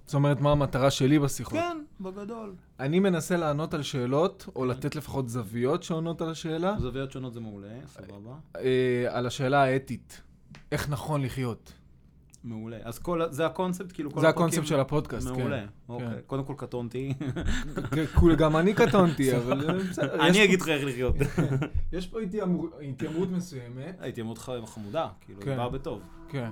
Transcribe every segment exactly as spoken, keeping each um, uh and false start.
זאת אומרת, מה המטרה שלי בשיחות? כן, בגדול. אני מנסה לענות על שאלות, או לתת לפחות זוויות שעונות על השאלה. זוויות שונות זה מעולה, סבבה. אה, על השאלה האתית. איך נכון לחיות? מעולה. אז כל, זה הקונספט, כאילו כל זה הפרקים... הקונספט של הפודקאסט, כן. מעולה, אוקיי. קודם כל קטונתי. גם אני קטונתי, אבל... אני אגיד לך איך לחיות. יש פה התיימרות מסוימת. התיימרות חמודה, כאילו, היא באה בטוב. כן.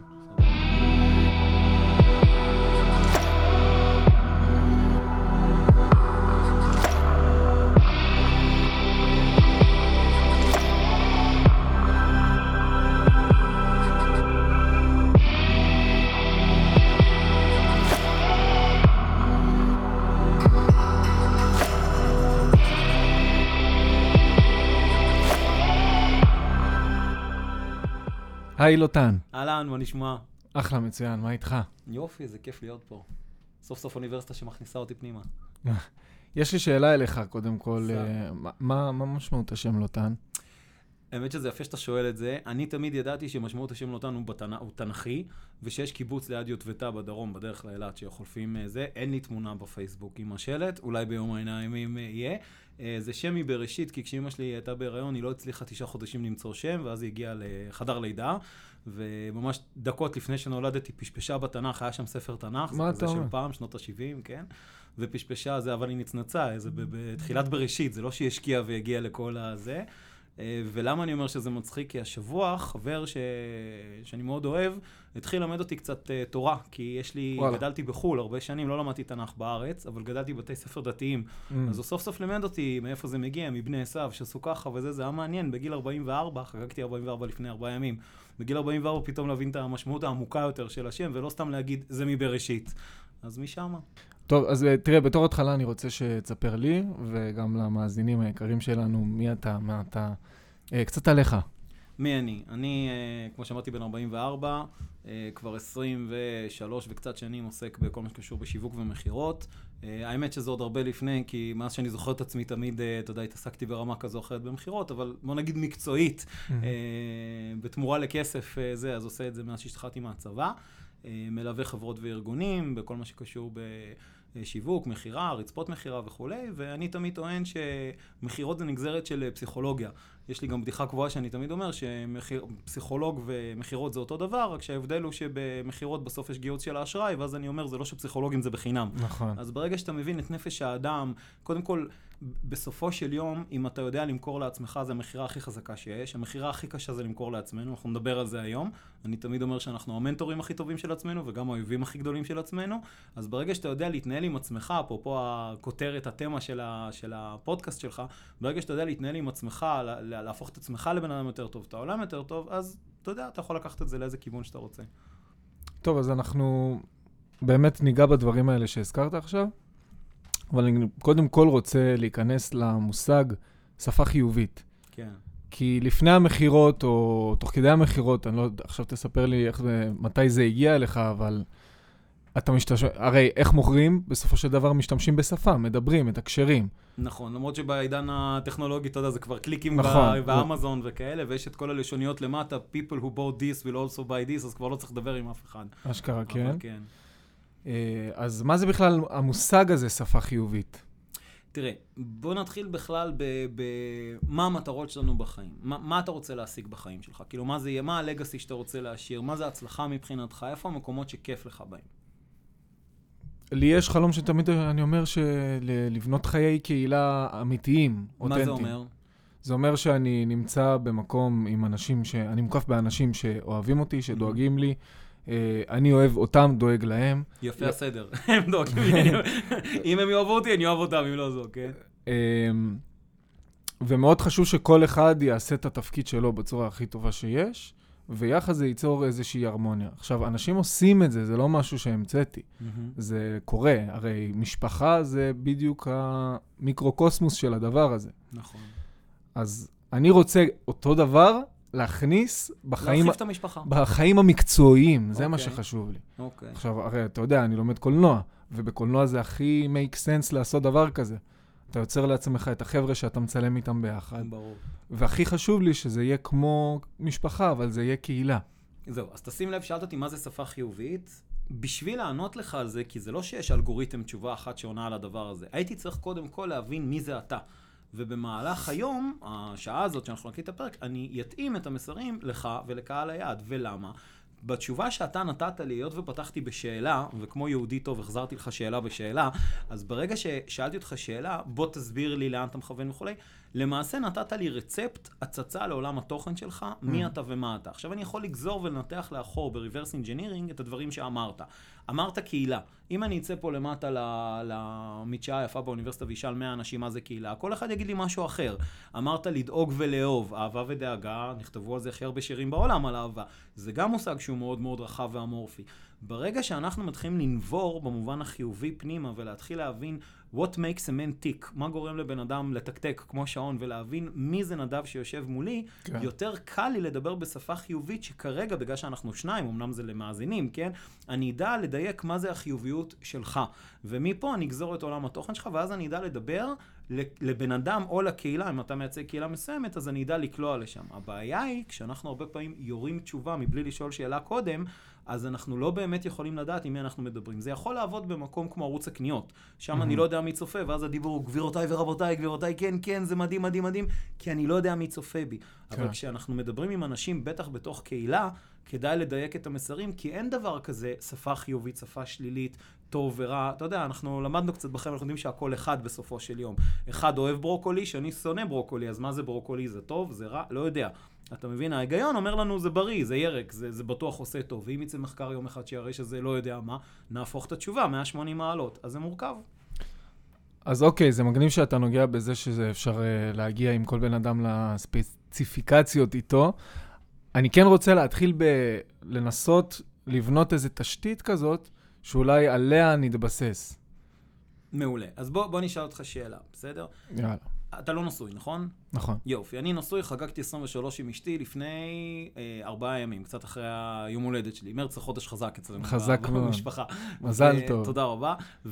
היי לוטן. אהלן, מה נשמע? אחלה, מצוין, מה איתך? יופי, זה כיף להיות פה. סוף סוף אוניברסיטה שמכניסה אותי פנימה. יש לי שאלה אליך, קודם כל, מה משמעות השם לוטן? האמת שזה יפה שאתה שואל את זה. אני תמיד ידעתי שמשמעות השם לוטן הוא תנכי, ושיש קיבוץ ליד יוטבתה בדרום, בדרך לאילת, שחולפים זה. אין לי תמונה בפייסבוק עם השלט, אולי ביום העיניים יהיה. זה שם מבראשית, כי כשאמא שלי הייתה בהיריון, היא לא הצליחה תשעה חודשים למצוא שם, ואז היא הגיעה לחדר לידה, וממש דקות לפני שנולדתי, פשפשה בתנ"ך, היה שם ספר תנ"ך, זה כזה של פעם, שנות ה-שבעים, כן? ופשפשה, זה אבל היא נצנצה, זה בתחילת בראשית, זה לא שהיא השקיעה והגיעה לכל הזה. ולמה אני אומר שזה מצחיק? כי השבוע, חבר ש... שאני מאוד אוהב, התחיל ללמד אותי קצת uh, תורה, כי יש לי, וואלה. גדלתי בחול הרבה שנים, לא למדתי תנ"ך בארץ, אבל גדלתי בתי ספר דתיים. Mm. אז הוא סוף סוף לימד אותי מאיפה זה מגיע, מבני עשיו, שעשו ככה וזה, זה היה מעניין. בגיל ארבעים וארבע, חגגתי ארבעים וארבע לפני ארבעה ימים, בגיל ארבעים וארבע פתאום להבין את המשמעות העמוקה יותר של השם, ולא סתם להגיד, זה מבראשית. אז משם. טוב, אז תראה, בתור התחלה אני רוצה שתספר לי, וגם למאזינים היקרים שלנו, מי אתה, מה אתה, קצת עליך. מי אני? אני, כמו שאמרתי, בן ארבעים וארבע, כבר עשרים ושלוש וקצת שנים עוסק בכל מה שקשור בשיווק ומחירות. האמת שזה עוד הרבה לפני, כי מאז שאני זוכר את עצמי תמיד, אתה יודע, התעסקתי ברמה כזו או אחרת במחירות, אבל בוא נגיד מקצועית, בתמורה לכסף זה, אז עושה את זה מאז שהשתחררתי מהצבא. מלווה חברות וארגונים בכל מה שקשור בשיווק, מחירה, רצפות מחירה וכו'. ואני תמיד טוען שמחירות זה נגזרת של פסיכולוגיה. יש לי גם בדיחה קבועה שאני תמיד אומר שפסיכולוג ומחירות זה אותו דבר, רק שההבדל הוא שבמחירות בסוף יש גיוס של האשראי, ואז אני אומר זה לא שפסיכולוגים זה בחינם. נכון. אז ברגע שאתה מבין את נפש האדם, קודם כל, בסופו של יום, אם אתה יודע למכור לעצמך, זה המחירה הכי חזקה שיש. המחירה הכי קשה זה למכור לעצמנו, אנחנו נדבר על זה היום. אני תמיד אומר שאנחנו המנטורים הכי טובים של עצמנו, וגם האויבים הכי גדולים של עצמנו. אז ברגע שאתה יודע להתנהל עם עצמך, אפרופו הכותרת, התמה של, ה, של הפודקאסט שלך, ברגע שאתה יודע להתנהל עם עצמך, להפוך את עצמך לבן אדם יותר טוב, את העולם יותר טוב, אז אתה יודע, אתה יכול לקחת את זה לאיזה כיוון שאתה רוצה. טוב, אז אנחנו באמת ניגע בדברים האלה שהזכרת עכשיו. אבל אני קודם כל רוצה להיכנס למושג שפה חיובית. כן. כי לפני המחירות, או תוך כדי המחירות, אני לא יודע, עכשיו תספר לי איך זה, מתי זה הגיע אליך, אבל אתה משתמש, הרי איך מוכרים? בסופו של דבר משתמשים בשפה, מדברים, מתקשרים. נכון, למרות שבעידן הטכנולוגי, אתה יודע, זה כבר קליקים נכון. באמזון וכאלה, ויש את כל הלשוניות למטה, people who bought this will also buy this, אז כבר לא צריך לדבר עם אף אחד. אשכרה, כן. אבל כן. אז מה זה בכלל המושג הזה, שפה חיובית? תראה, בוא נתחיל בכלל במה המטרות שלנו בחיים. מה, מה אתה רוצה להשיג בחיים שלך? כאילו, מה זה יהיה? מה הלגאסי שאתה רוצה להשאיר? מה זה ההצלחה מבחינתך? איפה המקומות שכיף לך בהם? לי יש חלום שתמיד אני אומר שלבנות חיי קהילה אמיתיים, אותנטיים. מה זה אומר? זה אומר שאני נמצא במקום עם אנשים, אני מוקף באנשים שאוהבים אותי, שדואגים לי, אני אוהב אותם, דואג להם. יפה הסדר, הם דואגים לי. אם הם יאהבו אותי, אני אוהב אותם, אם לא זו, כן? ומאוד חשוב שכל אחד יעשה את התפקיד שלו בצורה הכי טובה שיש, ויחד זה ייצור איזושהי הרמוניה. עכשיו, אנשים עושים את זה, זה לא משהו שהמצאתי. זה קורה, הרי משפחה זה בדיוק המיקרוקוסמוס של הדבר הזה. נכון. אז אני רוצה אותו דבר, להכניס בחיים, להרחיב את המשפחה. בחיים המקצועיים, זה אוקיי. מה שחשוב לי. אוקיי. עכשיו, הרי אתה יודע, אני לומד קולנוע, ובקולנוע זה הכי make sense לעשות דבר כזה. אתה יוצר לעצמך את החבר'ה שאתה מצלם איתם ביחד. ברור. והכי חשוב לי שזה יהיה כמו משפחה, אבל זה יהיה קהילה. זהו, אז תשים לב, שאלת אותי מה זה שפה חיובית. בשביל לענות לך על זה, כי זה לא שיש אלגוריתם תשובה אחת שעונה על הדבר הזה, הייתי צריך קודם כל להבין מי זה אתה. ובמהלך היום, השעה הזאת שאנחנו נקליט את הפרק, אני יתאים את המסרים לך ולקהל היעד. ולמה? בתשובה שאתה נתת לי, היות ופתחתי בשאלה, וכמו יהודי טוב, החזרתי לך שאלה בשאלה, אז ברגע ששאלתי אותך שאלה, בוא תסביר לי לאן אתה מכוון וכו', למעשה נתת לי רצפט, הצצה לעולם התוכן שלך, מי אתה ומה אתה. עכשיו אני יכול לגזור ולנתח לאחור ב-reverse engineering את הדברים שאמרת. אמרת קהילה. אם אני אצא פה למטה למדשאה היפה באוניברסיטה וישאל מאה אנשים מה זה קהילה, כל אחד יגיד לי משהו אחר. אמרת לדאוג ולאהוב, אהבה ודאגה, נכתבו על זה הכי הרבה שירים בעולם על אהבה. זה גם מושג שהוא מאוד מאוד רחב ואמורפי. ברגע שאנחנו מתחילים לנבור במובן החיובי פנימה ולהתחיל להבין what makes a man tick, מה גורם לבן אדם לתקתק כמו שעון ולהבין מי זה נדב שיושב מולי, כן. יותר קל לי לדבר בשפה חיובית שכרגע, בגלל שאנחנו שניים, אמנם זה למאזינים, כן? אני אדע לדייק מה זה החיוביות שלך. ומפה אני אגזור את עולם התוכן שלך, ואז אני אדע לדבר לבן אדם או לקהילה, אם אתה מייצג קהילה מסוימת, אז אני אדע לקלוע לשם. הבעיה היא, כשאנחנו הרבה פעמים יורים תשובה מבלי לשאול שאלה קודם, אז אנחנו לא באמת יכולים לדעת עם מי אנחנו מדברים. זה יכול לעבוד במקום כמו ערוץ הקניות. שם mm-hmm. אני לא יודע מי צופה, ואז הדיבור הוא גבירותיי ורבותיי, גבירותיי, כן, כן, זה מדהים, מדהים, מדהים, כי אני לא יודע מי צופה בי. כן. אבל כשאנחנו מדברים עם אנשים, בטח בתוך קהילה, כדאי לדייק את המסרים, כי אין דבר כזה שפה חיובית, שפה שלילית, טוב ורע. אתה יודע, אנחנו למדנו קצת בכם, אנחנו יודעים שהכל אחד בסופו של יום. אחד אוהב ברוקולי, שאני שונא ברוקולי, אז מה זה ברוקולי? זה טוב? זה רע? לא יודע. אתה מבין? ההיגיון אומר לנו זה בריא, זה ירק, זה, זה בטוח עושה טוב. ואם יצא מחקר יום אחד שיראה שזה לא יודע מה, נהפוך את התשובה, מאה ושמונים מעלות. אז זה מורכב. אז אוקיי, זה מגניב שאתה נוגע בזה שזה אפשר uh, להגיע עם כל בן אדם לספציפיקציות איתו. אני כן רוצה להתחיל ב- לנסות לבנות איזו תשתית כזאת, שאולי עליה נתבסס. מעולה. אז בוא, בוא נשאל אותך שאלה, בסדר? יאללה. אתה לא נשוי, נכון? נכון. יופי. אני נשוי, חגגתי עשרים ושלוש עם אשתי לפני אה, ארבעה ימים, קצת אחרי היום הולדת שלי. מרץ החודש חזק אצלנו. חזק מאוד. במשפחה. מזל ו- טוב. תודה רבה.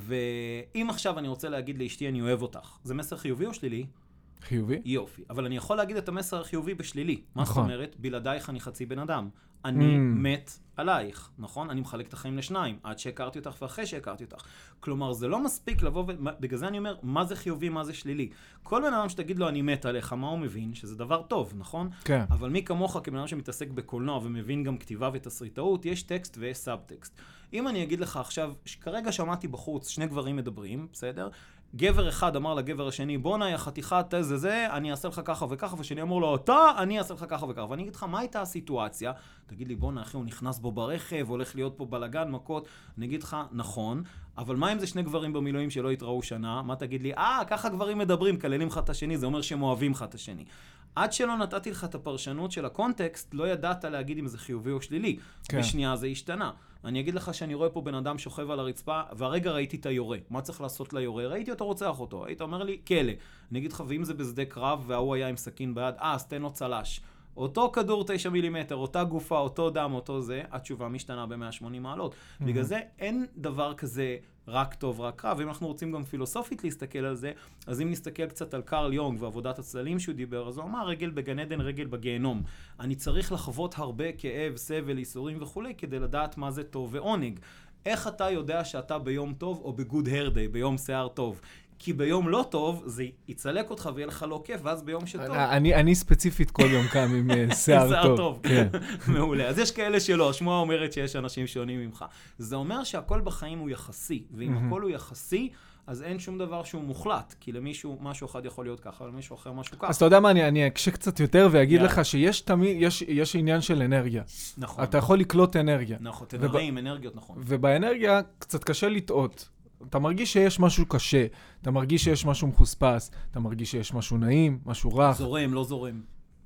ואם עכשיו אני רוצה להגיד לאשתי אני אוהב אותך, זה מסר חיובי או שלילי? חיובי? יופי. אבל אני יכול להגיד את המסר החיובי בשלילי. מה זאת נכון. אומרת? בלעדייך אני חצי בן אדם. אני Mm. מת עלייך, נכון? אני מחלק את החיים לשניים, עד שהכרתי אותך ואחרי שהכרתי אותך. כלומר, זה לא מספיק לבוא ו... בגלל זה אני אומר, מה זה חיובי, מה זה שלילי. כל בן אדם שתגיד לו, אני מת עליך, מה הוא מבין? שזה דבר טוב, נכון? כן. אבל מי כמוך, כבן אדם שמתעסק בקולנוע ומבין גם כתיבה ותסריטאות, יש טקסט ויש סאבטקסט. אם אני אגיד לך עכשיו, כרגע שמעתי בחוץ, שני גברים מדברים, בסדר? גבר אחד אמר לגבר השני, בוא נהיה חתיכת זה זה, אני אעשה לך ככה וככה, ושני אמר לו, אתה, אני אעשה לך ככה וככה. ואני אגיד לך, מה הייתה הסיטואציה? תגיד לי, בוא נה, אחי, הוא נכנס בו ברכב, הולך להיות פה בלגן, מכות. אני אגיד לך, נכון, אבל מה אם זה שני גברים במילואים שלא התראו שנה? מה תגיד לי? אה, ככה גברים מדברים, כללים לך את השני, זה אומר שהם אוהבים לך את השני. עד שלא נתתי לך את הפרשנות של הקונטקסט, לא ידעת להגיד אם זה חיובי או שלילי. כן. בשנייה זה השתנה. אני אגיד לך שאני רואה פה בן אדם שוכב על הרצפה, והרגע ראיתי את היורה. מה צריך לעשות ליורה? ראיתי אותו רוצח אותו. היית אומר לי, כלא. אני אגיד לך, ואם זה בשדה קרב, והוא היה עם סכין ביד, אה, אז תן לו צלש. אותו כדור תשע מילימטר, אותה גופה, אותו דם, אותו זה, התשובה משתנה ב-מאה ושמונים מעלות. Mm-hmm. בגלל זה אין דבר כזה רק טוב, רק רע. ואם אנחנו רוצים גם פילוסופית להסתכל על זה, אז אם נסתכל קצת על קרל יונג ועבודת הצללים שהוא דיבר, אז הוא אמר, רגל בגן עדן, רגל בגיהנום. אני צריך לחוות הרבה כאב, סבל, איסורים וכו', כדי לדעת מה זה טוב ועונג. איך אתה יודע שאתה ביום טוב או בגוד הרדי, ביום שיער טוב? כי ביום לא טוב, זה יצלק אותך ויהיה לך לא כיף, ואז ביום שטוב... אני, אני ספציפית כל יום קם עם שיער טוב. כן. מעולה. אז יש כאלה שלא, השמועה אומרת שיש אנשים שונים ממך. זה אומר שהכל בחיים הוא יחסי, ואם הכל הוא יחסי, אז אין שום דבר שהוא מוחלט, כי למישהו משהו אחד יכול להיות ככה, ולמישהו אחר משהו ככה. אז אתה יודע מה, אני, אני אקשה קצת יותר ואגיד לך שיש תמיד, יש, יש עניין של אנרגיה. נכון. אתה יכול לקלוט אנרגיה. נכון, תדרים, אנרגיות, נכון. ובאנרגיה קצת קשה לטעות. אתה מרגיש שיש משהו קשה, אתה מרגיש שיש משהו מחוספס, אתה מרגיש שיש משהו נעים, משהו רך. זורם, לא זורם.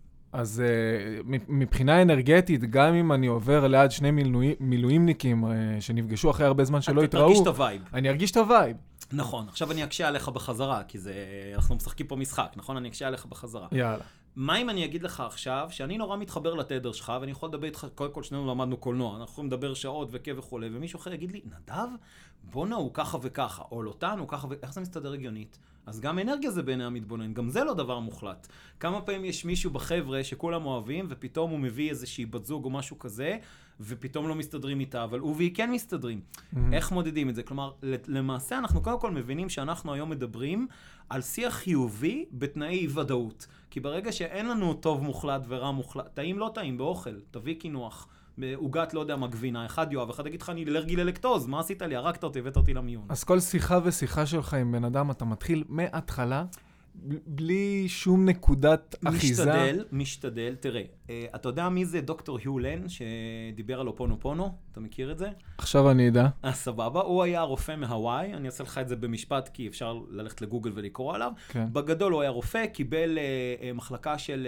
אז uh, מבחינה אנרגטית, גם אם אני עובר ליד שני מילואי, מילואימניקים uh, שנפגשו אחרי הרבה זמן שלא התראו, תרגיש את הווייב. אני ארגיש את הווייב. נכון, עכשיו אני אקשה עליך בחזרה, כי זה, אנחנו משחקים פה משחק, נכון? אני אקשה עליך בחזרה. יאללה. מה אם אני אגיד לך עכשיו, שאני נורא מתחבר לתדר שלך, ואני יכול לדבר איתך, קודם כל שנינו למדנו קולנוע, אנחנו יכולים לדבר שעות וכיף וכו', ומישהו אחר יגיד לי, נדב, בונה הוא ככה וככה, או לוטן הוא ככה וככה, איך זה מסתדר הגיונית? אז גם אנרגיה זה בעיני המתבונן, גם זה לא דבר מוחלט. כמה פעמים יש מישהו בחבר'ה שכולם אוהבים, ופתאום הוא מביא איזושהי בת זוג או משהו כזה, ופתאום לא מסתדרים איתה, אבל הוא והיא כן מסתדרים. איך מודדים את זה? כלומר, למעשה אנחנו קודם כל מבינים שאנחנו היום מדברים על שיח חיובי בתנאי אי-ודאות. כי ברגע שאין לנו טוב מוחלט ורע מוחלט, טעים לא טעים באוכל, תביא כינוח. בעוגת לא יודע מה גבינה, אחד יואב, אחד יגיד לך, אני אלרגי ללקטוז, מה עשית לי? הרגת אותי, הבאת אותי למיון. אז כל שיחה ושיחה שלך עם בן אדם, אתה מתחיל מההתחלה, בלי שום נקודת אחיזה. משתדל, משתדל. תראה, אתה יודע מי זה דוקטור היולן, שדיבר על אופונופונו? אתה מכיר את זה? עכשיו אני אדע. אה, סבבה. הוא היה רופא מהוואי, אני אעשה לך את זה במשפט, כי אפשר ללכת לגוגל ולקרוא עליו. כן. בגדול הוא היה רופא, קיבל אה, מחלקה של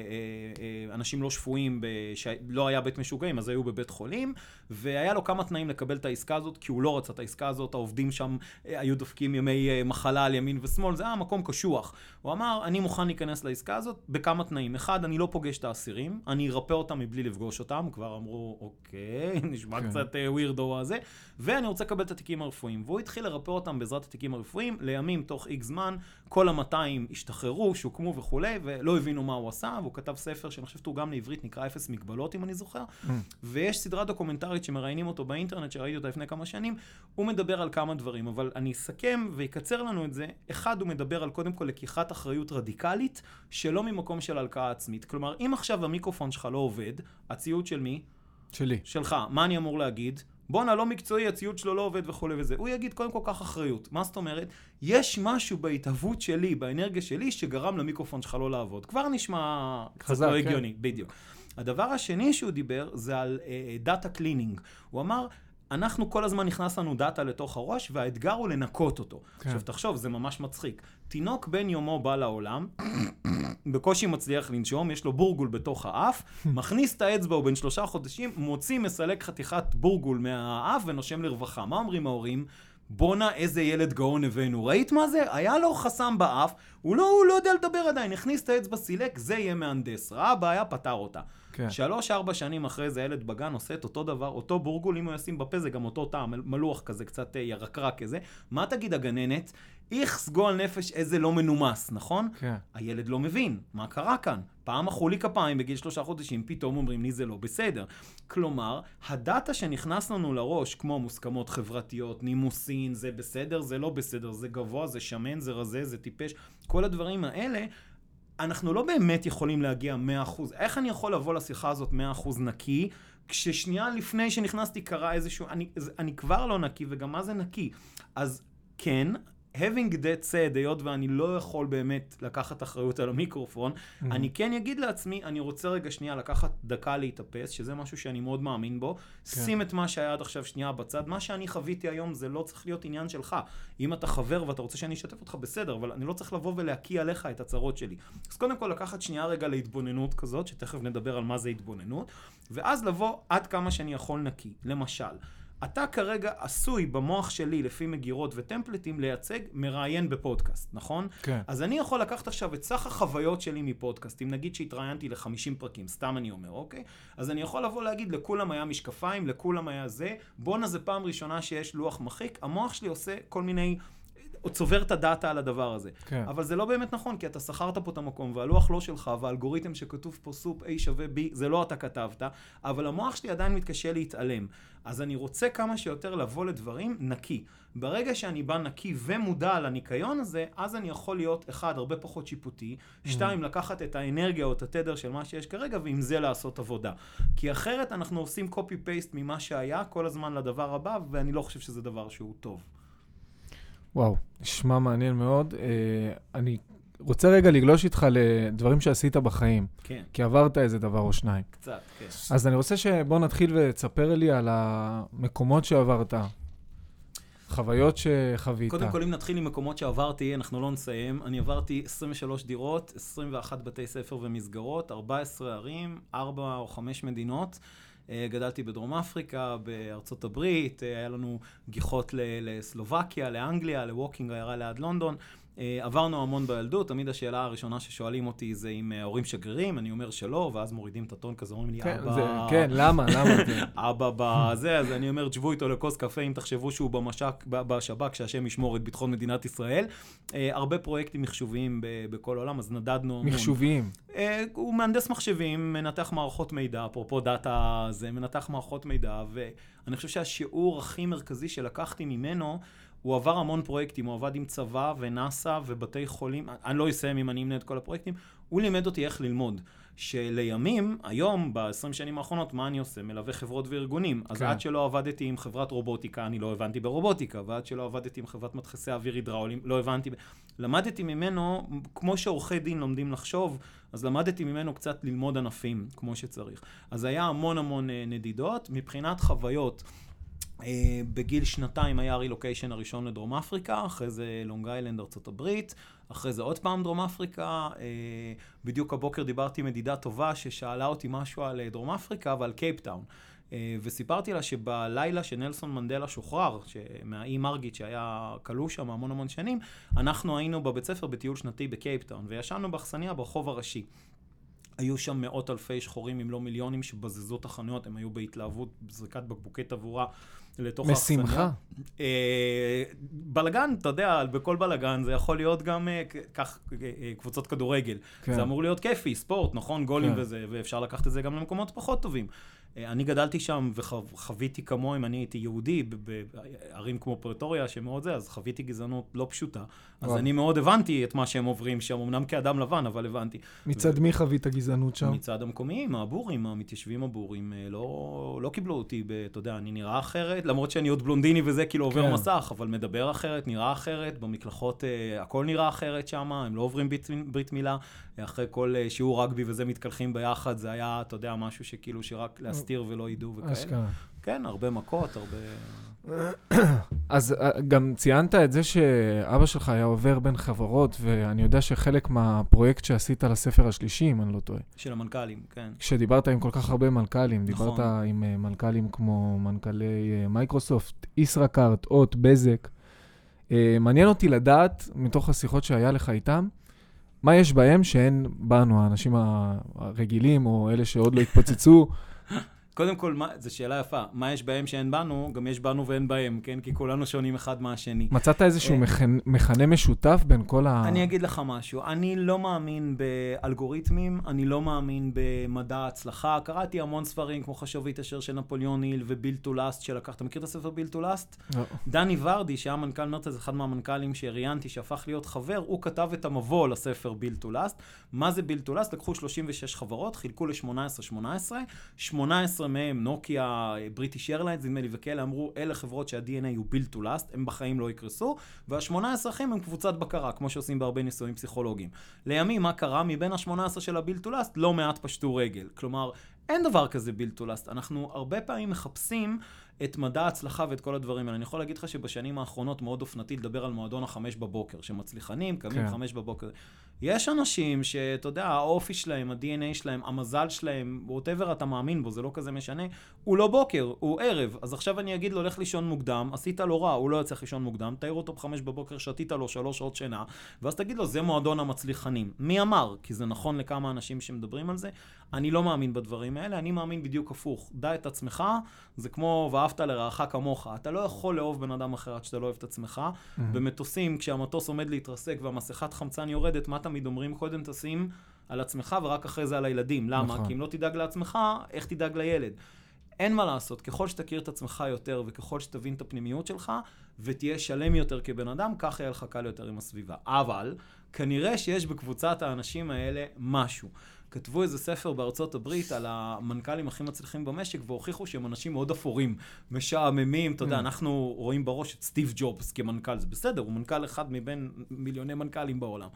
אה, אה, אנשים לא שפויים, שלא היה בית משוגעים, אז היו בבית חולים, והיה לו כמה תנאים לקבל את העסקה הזאת, כי הוא לא רצה את העסקה הזאת, העובדים שם אה, היו דופקים ימי אה, מחלה על ימין ושמאל, זה היה מקום קשוח. הוא אמר, אני מוכן להיכנס לעסקה הזאת בכמה תנאים. אחד, אני לא פוגש את האסירים, אני ארפא אותם מבלי לפגוש אותם, כבר אמרו, אוקיי, נשמע כן. קצת ווירדו הזה, ואני רוצה לקבל את התיקים הרפואיים. והוא התחיל לרפא אותם בעזרת התיקים הרפואיים, לימים, תוך איקס זמן, כל ה-מאתיים השתחררו, שוקמו וכו', ולא הבינו מה הוא עשה, והוא כתב ספר שאני חושב שהוא גם לעברית, נקרא אפס מגבלות, אם אני זוכר, mm. ויש סדרה דוקומנטרית שמראיינים אותו באינטרנט, שראיתי אותה לפני כמה שנים, הוא מדבר על כמה דברים, אבל אני אסכם ויקצר לנו את זה. אחד, הוא מדבר על קודם כל לקיחת אחריות רדיקלית, שלא ממקום של הלקאה עצמית. כלומר, אם עכשיו המיקרופון שלך לא עובד, הציוד של מי? שלי. שלך. מה אני אמור להגיד? בונה, לא מקצועי, הציוד שלו לא עובד וכו' וזה. הוא יגיד קודם כל כך אחריות. מה זאת אומרת? יש משהו בהתהוות שלי, באנרגיה שלי, שגרם למיקרופון שלך לא לעבוד. כבר נשמע חזק, לא כן. הגיוני, בדיוק. הדבר השני שהוא דיבר זה על דאטה קלינינג. הוא אמר, אנחנו כל הזמן נכנס לנו דאטה לתוך הראש, והאתגר הוא לנקות אותו. כן. עכשיו תחשוב, זה ממש מצחיק. תינוק בן יומו בא לעולם, בקושי מצליח לנשום, יש לו בורגול בתוך האף, מכניס את האצבע, הוא בן שלושה חודשים, מוציא, מסלק חתיכת בורגול מהאף ונושם לרווחה. מה אומרים ההורים? בונה, איזה ילד גאון הבאנו. ראית מה זה? היה לו חסם באף, הוא לא, הוא לא יודע לדבר עדיין, הכניס את האצבע, סילק, זה יהיה מהנדס. ראה בעיה, פתר אותה. כן. שלוש, ארבע שנים אחרי זה, ילד בגן עושה את אותו דבר, אותו בורגול, אם הוא ישים בפה, זה גם אותו טעם, מלוח כזה, קצת ירקרק כזה. מה תגיד הגננת? איך סגול נפש, איזה לא מנומס, נכון? כן. הילד לא מבין, מה קרה כאן? פעם אכלו לי כפיים בגיל שלושה חודשים, פתאום אומרים לי זה לא בסדר. כלומר, הדאטה שנכנס לנו לראש, כמו מוסכמות חברתיות, נימוסין, זה בסדר, זה לא בסדר, זה גבוה, זה שמן, זה רזה, זה טיפש, כל הדברים האלה, אנחנו לא באמת יכולים להגיע מאה אחוז. איך אני יכול לבוא לשיחה הזאת מאה אחוז נקי, כששנייה לפני שנכנסתי קרה איזשהו, אני, אני כבר לא נקי, וגם מה זה נקי? אז כן, having that said, היות ואני לא יכול באמת לקחת אחריות על המיקרופון, mm-hmm. אני כן אגיד לעצמי, אני רוצה רגע שנייה לקחת דקה להתאפס, שזה משהו שאני מאוד מאמין בו, כן. שים את מה שהיה עד עכשיו שנייה בצד, מה שאני חוויתי היום זה לא צריך להיות עניין שלך. אם אתה חבר ואתה רוצה שאני אשתף אותך בסדר, אבל אני לא צריך לבוא ולהקיע עליך את הצרות שלי. אז קודם כל לקחת שנייה רגע להתבוננות כזאת, שתכף נדבר על מה זה התבוננות, ואז לבוא עד כמה שאני יכול נקי. למשל, אתה כרגע עשוי במוח שלי, לפי מגירות וטמפלטים, לייצג מראיין בפודקאסט, נכון? כן. אז אני יכול לקחת עכשיו את סך החוויות שלי מפודקאסט, אם נגיד שהתראיינתי ל-חמישים פרקים, סתם אני אומר, אוקיי? אז אני יכול לבוא להגיד, לכולם היה משקפיים, לכולם היה זה, בונה זה פעם ראשונה שיש לוח מחיק, המוח שלי עושה כל מיני, או צובר את הדאטה על הדבר הזה. כן. אבל זה לא באמת נכון, כי אתה שכרת פה את המקום, והלוח לא שלך, והאלגוריתם שכתוב פה סופ A שווה B, זה לא אתה כתבת, אבל המוח שלי עדיין מתקשה להתעלם. אז אני רוצה כמה שיותר לבוא לדברים נקי. ברגע שאני בא נקי ומודע על הניקיון הזה, אז אני יכול להיות, אחד, הרבה פחות שיפוטי, שתיים, לקחת את האנרגיה או את התדר של מה שיש כרגע, ועם זה לעשות עבודה. כי אחרת אנחנו עושים copy-paste ממה שהיה כל הזמן לדבר הבא, ואני לא חושב שזה דבר שהוא טוב. וואו, נשמע מעניין מאוד. אני רוצה רגע לגלוש איתך לדברים שעשית בחיים. כן. כי עברת איזה דבר או שניים. קצת, כן. אז אני רוצה שבוא נתחיל ותספר לי על המקומות שעברת. חוויות שחווית. קודם כל, אם נתחיל עם מקומות שעברתי, אנחנו לא נסיים. אני עברתי עשרים ושלוש דירות, עשרים ואחת בתי ספר ומסגרות, ארבע עשרה ערים, ארבע או חמש מדינות. גדלתי בדרום אפריקה, בארצות הברית, היה לנו גיחות לסלובקיה, לאנגליה, לווקינג, עיירה ליד לונדון. עברנו המון בילדות, תמיד השאלה הראשונה ששואלים אותי זה אם ההורים שגרירים, אני אומר שלא, ואז מורידים את הטון כזה, אומרים לי, אבא... כן, למה? למה זה? אבא בזה, אז אני אומר, תשבו איתו לכוס קפה, אם תחשבו שהוא במשק, בשב"כ, שהשם ישמור את ביטחון מדינת ישראל. הרבה פרויקטים מחשוביים בכל העולם, אז נדדנו... מחשוביים? הוא מהנדס מחשבים, מנתח מערכות מידע, אפרופו דאטה, זה מנתח מערכות מידע, ואני חושב שהשיעור הכי מרכזי שלקחתי ממנו, הוא עבר המון פרויקטים, הוא עבד עם צבא ונאסא ובתי חולים, אני לא אסיים אם אני אמנה את כל הפרויקטים, הוא לימד אותי איך ללמוד, שלימים, היום, ב-עשרים שנים האחרונות, מה אני עושה? מלווה חברות וארגונים, אז עד שלא עבדתי עם חברת רובוטיקה, אני לא הבנתי ברובוטיקה, ועד שלא עבדתי עם חברת מדחסי אוויר הידראולים, לא הבנתי, למדתי ממנו, כמו שעורכי דין לומדים לחשוב, אז למדתי ממנו קצת ללמוד ענפים, כמו שצריך. אז היה המון המון נדידות, מבחינת חוויות, Uh, בגיל שנתיים היה הרילוקיישן הראשון לדרום אפריקה, אחרי זה לונג איילנד, ארצות הברית, אחרי זה עוד פעם דרום אפריקה, uh, בדיוק הבוקר דיברתי עם ידידה טובה ששאלה אותי משהו על דרום אפריקה ועל קייפטאון, uh, וסיפרתי לה שבלילה שנלסון מנדלה שוחרר, מהאי מרגית שהיה כלוא שם המון המון שנים, אנחנו היינו בבית ספר בטיול שנתי בקייפטאון, וישנו באכסניה ברחוב הראשי. היו שם מאות אלפי שחורים, אם לא מיליונים, שבזזו את החנויות, הם היו בהתלהבות, זריקת בקבוקי תבורה לתוך האכסניה. משמחה. אה, בלגן, אתה יודע, בכל בלגן זה יכול להיות גם אה, כך, אה, קבוצות כדורגל. כן. זה אמור להיות כיפי, ספורט, נכון, גולים כן. וזה, ואפשר לקחת את זה גם למקומות פחות טובים. אה, אני גדלתי שם וחוויתי כמוהם, אני הייתי יהודי, בערים כמו פרטוריה שמאוד זה, אז חוויתי גזענות לא פשוטה. אז וואו. אני מאוד הבנתי את מה שהם עוברים שם, אמנם כאדם לבן, אבל הבנתי. מצד ו... מי חווית הגזענות שם? מצד המקומיים, הבורים, המתיישבים הבורים, לא, לא קיבלו אותי, אתה יודע, אני נראה אחרת, למרות שאני עוד בלונדיני וזה כאילו עובר כן. מסך, אבל מדבר אחרת, נראה אחרת, במקלחות uh, הכל נראה אחרת שם, הם לא עוברים ברית, ברית מילה, אחרי כל uh, שיעור רגבי וזה מתקלחים ביחד, זה היה, אתה יודע, משהו שכאילו שרק להסתיר ולא ידעו וכאלה. אשכרה. כן, הרבה מכות, הרבה... אז גם ציינת את זה שאבא שלך היה עובר בין חברות, ואני יודע שחלק מהפרויקט שעשית לספר השלישי, אם אני לא טועה. של המנכ"לים, כן. כשדיברת עם כל כך הרבה מנכ"לים, נכון. דיברת עם מנכ"לים כמו מנכ"לי מייקרוסופט, ישראכרט, אוט, בזק. מעניין אותי לדעת, מתוך השיחות שהיה לך איתם, מה יש בהם שאין בנו, האנשים הרגילים, או אלה שעוד לא התפוצצו, קודם כל, זו שאלה יפה. מה יש בהם שאין בנו? גם יש בנו ואין בהם, כן? כי כולנו שונים אחד מהשני. מצאת איזשהו מכנה משותף בין כל ה... אני אגיד לך משהו. אני לא מאמין באלגוריתמים, אני לא מאמין במדע ההצלחה. קראתי המון ספרים, כמו חשוב והתעשר של נפוליאון היל וביל טו לאסט שלקח. אתה מכיר את הספר ביל טו לאסט? לא. דני ורדי, שהיה מנכ"ל מרצז, אחד מהמנכ"לים שהראיינתי, שהפך להיות חבר, הוא כתב את המבוא לספר ביל טו לאסט. מה זה ביל טו לאסט? לקחו שלושים ושש חברות, חילקו ל-שמונה עשרה שמונה עשרה, שמונה עשרה מהם, נוקיה, בריטיש איירליינס, נדמה לי וכאלה, אמרו, אלה חברות שה-די אן איי הוא built to last, הם בחיים לא יקרסו, וה-שמונה עשרה אחים הם קבוצת בקרה, כמו שעושים בהרבה ניסויים פסיכולוגיים. לימים, מה קרה? מבין ה-שמונה עשרה של ה-built to last, לא מעט פשטו רגל. כלומר, אין דבר כזה built to last. אנחנו הרבה פעמים מחפשים את מדע ההצלחה ואת כל הדברים האלה. אני יכול להגיד לך שבשנים האחרונות מאוד אופנתי לדבר על מועדון החמש בבוקר, שמצליחנים, קמים חמש בבוקר. יש אנשים שאתה יודע, האופי שלהם, ה-די אן איי שלהם, המזל שלהם, whatever אתה מאמין בו, זה לא כזה משנה, הוא לא בוקר, הוא ערב. אז עכשיו אני אגיד לו, לך לישון מוקדם, עשית לו רע, הוא לא יצא לישון מוקדם, תאיר אותו בחמש בבוקר, שתית לו שלוש שעות שינה, ואז תגיד לו, זה מועדון המצליחנים. מי אמר? כי זה נכון לכמה אנשים שמדברים על זה. אני לא מאמין בדברים האלה, אני מאמין בדיוק הפוך. דע את עצמך, זה כמו ואהבת לרעך כמוך. אתה לא יכול לאהוב בן אדם אחר עד שאתה לא אוהב את עצמך. Mm-hmm. במטוסים, כשהמטוס עומד להתרסק והמסכת חמצן יורדת, מה תמיד אומרים? קודם תשים על עצמך ורק אחרי זה על הילדים. למה? נכון. כי אם לא תדאג לעצמך, איך תדאג לילד? אין מה לעשות. ככל שתכיר את עצמך יותר וככל שתבין את הפנימיות שלך ותהיה שלם יותר כבן אדם, כך יהיה לך קל יותר עם הסביבה. אבל כנראה שיש בקבוצת האנשים האלה משהו. כתבו איזה ספר בארצות הברית על המנכ"לים הכי מצליחים במשק, והוכיחו שהם אנשים מאוד אפורים, משעממים. אתה יודע, אנחנו רואים בראש את סטיב ג'ובס כמנכ"ל, זה בסדר, הוא מנכ"ל אחד מבין מיליוני מנכ"לים בעולם.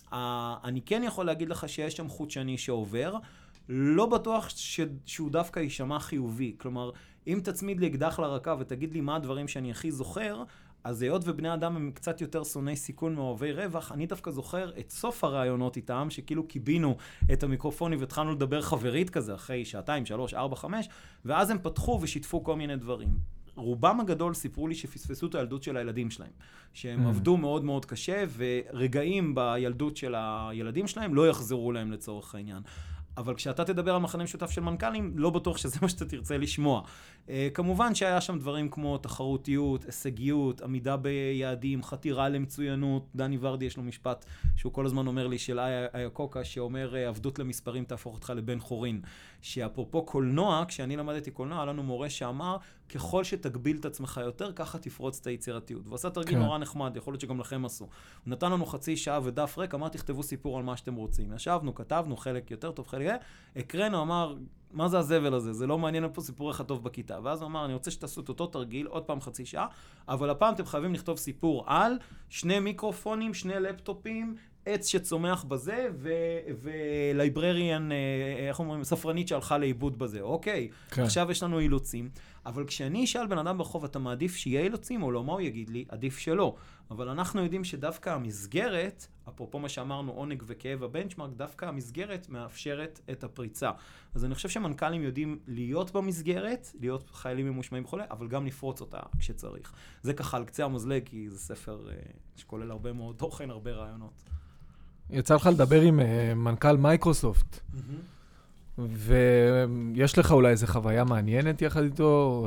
אני כן יכול להגיד לך שיש שם חוט שני שעובר, לא בטוח ש... שהוא דווקא יישמע חיובי. כלומר, אם תצמיד לי אקדח לרקה ותגיד לי מה הדברים שאני הכי זוכר, אז היות ובני אדם הם קצת יותר שונאי סיכון מאוהבי רווח, אני דווקא זוכר את סוף הרעיונות איתם, שכאילו קיבינו את המיקרופונים והתחלנו לדבר חברית כזה, אחרי שעתיים, שלוש, ארבע, חמש, ואז הם פתחו ושיתפו כל מיני דברים. רובם הגדול סיפרו לי שפספסו את הילדות של הילדים שלהם, שהם mm. עבדו מאוד מאוד קשה, ורגעים בילדות של הילדים שלהם לא יחזרו להם לצורך העניין. אבל כשאתה תדבר על מחנה משותף של מנכ"לים, לא בטוח שזה מה שאתה תרצה לשמוע. Uh, כמובן שהיה שם דברים כמו תחרותיות, הישגיות, עמידה ביעדים, חתירה למצוינות. דני ורדי יש לו משפט שהוא כל הזמן אומר לי, של איה קוקה, שאומר, עבדות למספרים תהפוך אותך לבן חורין. שאפרופו קולנוע, כשאני למדתי קולנוע, היה לנו מורה שאמר, ככל שתגביל את עצמך יותר, ככה תפרוץ את היצירתיות. הוא עשה תרגיל נורא נחמד, יכול להיות שגם לכם עשו. הוא נתן לנו חצי שעה ודף ריק, אמר, תכתבו סיפור על מה שאתם רוצים. ישבנו, כתבנו, חלק יותר טוב, חלק... הקראנו, אמר, מה זה הזבל הזה? זה לא מעניין פה סיפור אחד טוב בכיתה. ואז הוא אמר, אני רוצה שתעשו את אותו תרגיל, עוד פעם חצי שעה, אבל הפעם אתם חייבים לכתוב סיפור על שני מיקרופונים, שני לפטופים, עץ שצומח בזה, ולייברריאן, איך אומרים, ספרנית שהלכה לאיבוד בזה. אוקיי, כן. עכשיו יש לנו אילוצים, אבל כשאני אשאל בן אדם ברחוב, אתה מעדיף שיהיה אילוצים או לא? מה הוא יגיד לי? עדיף שלא. אבל אנחנו יודעים שדווקא המסגרת, אפרופו מה שאמרנו, עונג וכאב הבנצ'מרק, דווקא המסגרת מאפשרת את הפריצה. אז אני חושב שמנכ"לים יודעים להיות במסגרת, להיות חיילים ממושמעים וכו', אבל גם לפרוץ אותה כשצריך. זה ככה על קצה המזלג, כי זה ספר שכולל הרבה מאוד תוכן, הרבה רעיונות. יצא לך לדבר עם מנכ"ל מייקרוסופט, ויש לך אולי איזו חוויה מעניינת יחד איתו?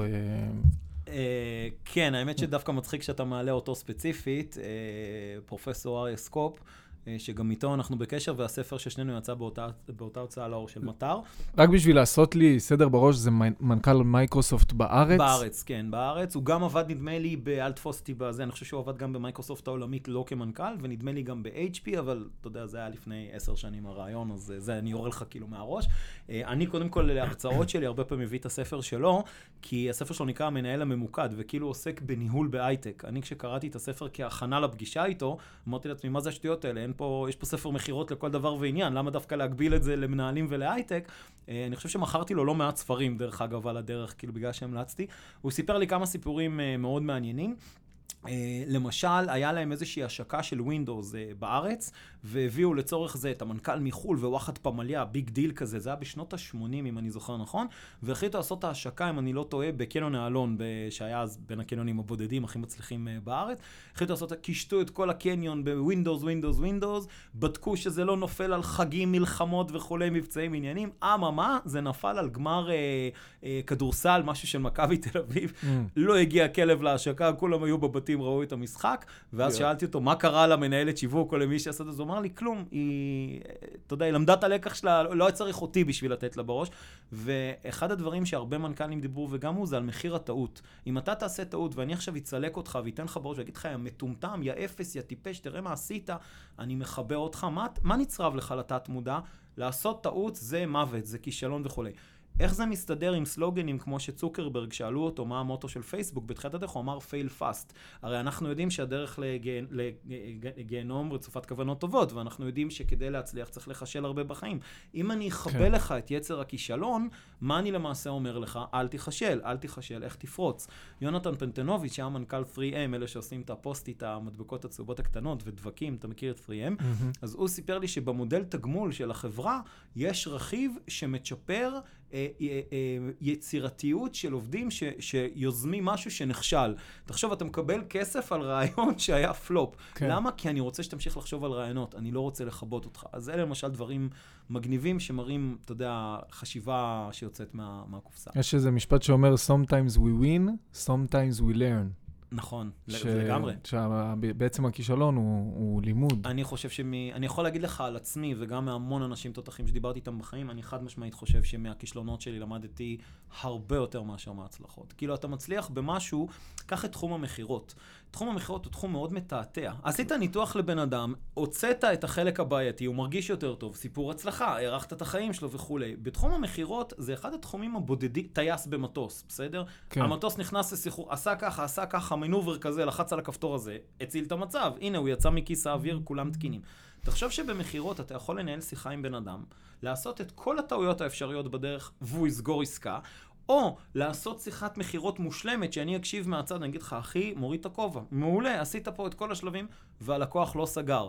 כן, האמת שדווקא מצחיק שאתה מעלה אותו ספציפית, פרופסור אריה סקופ, שגם איתו אנחנו בקשר, והספר ששנינו יצא באותה, באותה הוצאה לאור של מטר. רק בשביל לעשות לי סדר בראש, זה מנכ"ל מייקרוסופט בארץ? בארץ, כן, בארץ. הוא גם עבד, נדמה לי, באל תפוס אותי בזה, אני חושב שהוא עבד גם במייקרוסופט העולמית, לא כמנכ"ל, ונדמה לי גם ב-אייץ' פי, אבל אתה יודע, זה היה לפני עשר שנים הרעיון, אז זה אני יורד לך כאילו מהראש. אני קודם כל, להרצאות שלי, הרבה פעמים מביא את הספר שלו, כי הספר שלו נקרא המנהל הממוקד, וכאילו עוסק בניהול בהייטק. אני כשקראתי את הספר כהכנה לפגישה איתו, אמרתי לעצמי, מה זה השטויות האלה? אין פה, יש פה ספר מחירות לכל דבר ועניין, למה דווקא להגביל את זה למנהלים ולהייטק? אני חושב שמכרתי לו לא מעט ספרים, דרך אגב, על הדרך, כאילו בגלל שהמלצתי. הוא סיפר לי כמה סיפורים מאוד מעניינים. Uh, למשל, היה להם איזושהי השקה של ווינדוס uh, בארץ, והביאו לצורך זה את המנכ"ל מחול וואחד פמליה, ביג דיל כזה, זה היה בשנות ה-שמונים, אם אני זוכר נכון, והחליטו לעשות את ההשקה, אם אני לא טועה, בקניון האלון, שהיה אז בין הקניונים הבודדים הכי מצליחים uh, בארץ, החליטו לעשות, קישטו את כל הקניון בווינדוס, ווינדוס, ווינדוס, בדקו שזה לא נופל על חגים, מלחמות וכולי, מבצעים עניינים, אממה, זה נפל על גמר uh, uh, כדורסל, משהו של מכבי תל אביב, mm. לא הגיע כלב להשקה, כולם היו בבתים, ראו את המשחק, ואז yeah. שאלתי אותו, מה קרה למנהלת שיווק או למי שעשה את זה? הוא אמר לי, כלום, היא, אתה יודע, היא למדה את הלקח שלה, לא צריך אותי בשביל לתת לה בראש, ואחד הדברים שהרבה מנכ"לים דיברו, וגם הוא, זה על מחיר הטעות. אם אתה תעשה טעות, ואני עכשיו אצלק אותך, ויתן לך בראש, ויגיד לך, יא מטומטם, יא אפס, יא טיפש, תראה מה עשית, אני מחבר אותך, מה, מה נצרב לך לתת מודע? לעשות טעות זה מוות, זה כישלון וכו'. איך זה מסתדר עם סלוגנים כמו שצוקרברג שאלו אותו מה המוטו של פייסבוק? בתחילת הדרך הוא אמר fail fast. הרי אנחנו יודעים שהדרך לגיהנום רצופת כוונות טובות, ואנחנו יודעים שכדי להצליח צריך לחשל הרבה בחיים. אם אני אחבא לך את יצר הכישלון, מה אני למעשה אומר לך? אל תחשל, אל תחשל, איך תפרוץ. יונתן פנטנוביץ' שהיה מנכ"ל תרי אם, אלה שעושים את הפוסטית, המדבקות הצהובות הקטנות ודבקים, אתה מכיר את תרי אם? אז הוא סיפר לי שבמודל תגמול של החברה יש רכיב שמצ'פר יצירתיות של עובדים ש, שיוזמים משהו שנכשל. תחשוב, אתה מקבל כסף על רעיון שהיה פלופ. כן. למה? כי אני רוצה שתמשיך לחשוב על רעיונות, אני לא רוצה לחבות אותך. אז אלה למשל דברים מגניבים שמראים, אתה יודע, חשיבה שיוצאת מה, מהקופסה. יש איזה משפט שאומר, sometimes we win, sometimes we learn. נכון, ש... לגמרי. שבעצם הכישלון הוא, הוא לימוד. אני חושב שמי, אני יכול להגיד לך על עצמי, וגם מהמון אנשים תותחים שדיברתי איתם בחיים, אני חד משמעית חושב שמהכישלונות שלי למדתי הרבה יותר מאשר מההצלחות. כאילו, אתה מצליח במשהו, קח את תחום המחירות. תחום המחירות הוא תחום מאוד מתעתע. עשית ניתוח לבן אדם, הוצאת את החלק הבעייתי, הוא מרגיש יותר טוב, סיפור הצלחה, הערכת את החיים שלו וכו'. בתחום המחירות, זה אחד התחומים הבודדים, טייס במטוס, בסדר? כן. המטוס נכנס לסחרור, עשה ככה, עשה ככה, מנובר כזה, לחץ על הכפתור הזה, הציל את המצב. הנה, הוא יצא מכיס האוויר, כולם תקינים. תחשוב שבמחירות אתה יכול לנהל שיחה עם בן אדם, לעשות את כל הטעויות האפשריות בדרך, והוא יסגור עסקה, או לעשות שיחת מחירות מושלמת, שאני אקשיב מהצד, אני אגיד לך, אחי, מוריד את הכובע. מעולה, עשית פה את כל השלבים, והלקוח לא סגר.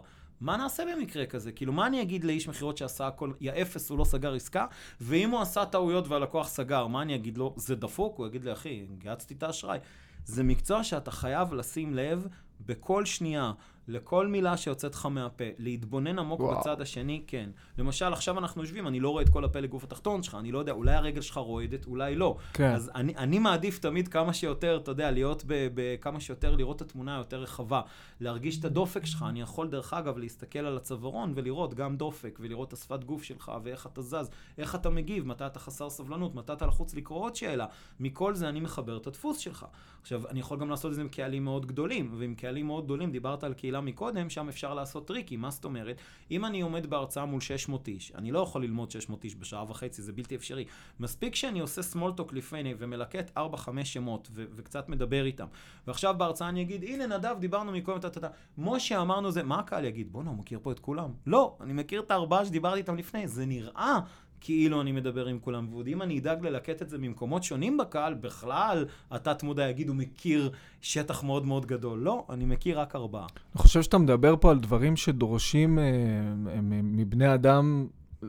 מה נעשה במקרה כזה? כאילו, מה אני אגיד לאיש מחירות שעשה הכל, יא אפס, הוא לא סגר עסקה, ואם הוא עשה טעויות והלקוח סגר, מה אני אגיד לו? זה דפוק? הוא יגיד לי, אחי, גייצתי את האשראי. זה מקצוע שאתה חייב לשים לב בכל שנייה, לכל מילה שיוצאת לך מהפה, להתבונן עמוק וואו. בצד השני, כן. למשל, עכשיו אנחנו יושבים, אני לא רואה את כל הפה לגוף התחתון שלך, אני לא יודע, אולי הרגל שלך רועדת, אולי לא. כן. אז אני, אני מעדיף תמיד כמה שיותר, אתה יודע, להיות ב, ב, כמה שיותר, לראות את התמונה יותר רחבה, להרגיש את הדופק שלך. אני יכול דרך אגב להסתכל על הצווארון ולראות גם דופק, ולראות את השפת גוף שלך, ואיך אתה זז, איך אתה מגיב, מתי אתה חסר סבלנות, מתי אתה לחוץ לקרוא עוד שאלה. מכל זה אני מחבר את הדפוס שלך. עכשיו, אני יכול גם לעשות את זה עם קהלים מאוד גדולים, ועם קהלים מאוד גדולים, דיברת על קהילה מקודם, שם אפשר לעשות טריקים. מה זאת אומרת? אם אני עומד בהרצאה מול שש מאות איש, אני לא יכול ללמוד שש מאות איש בשעה וחצי, זה בלתי אפשרי. מספיק שאני עושה small talk לפני ומלקט ארבע חמש שמות ו- וקצת מדבר איתם. ועכשיו בהרצאה אני אגיד, הנה נדב, דיברנו מקודם, תתתה. משה אמרנו זה, מה הקהל יגיד? בוא נה, הוא מכיר פה את כולם. לא, אני מכיר את הארבעה שדיברתי איתם לפני. זה נראה כאילו אני מדבר עם כולם, ועוד אם אני אדאג ללקט את זה ממקומות שונים בקהל, בכלל, התת מודע יגיד, הוא מכיר שטח מאוד מאוד גדול. לא, אני מכיר רק ארבעה. אני חושב שאתה מדבר פה על דברים שדורשים אה, מבני אדם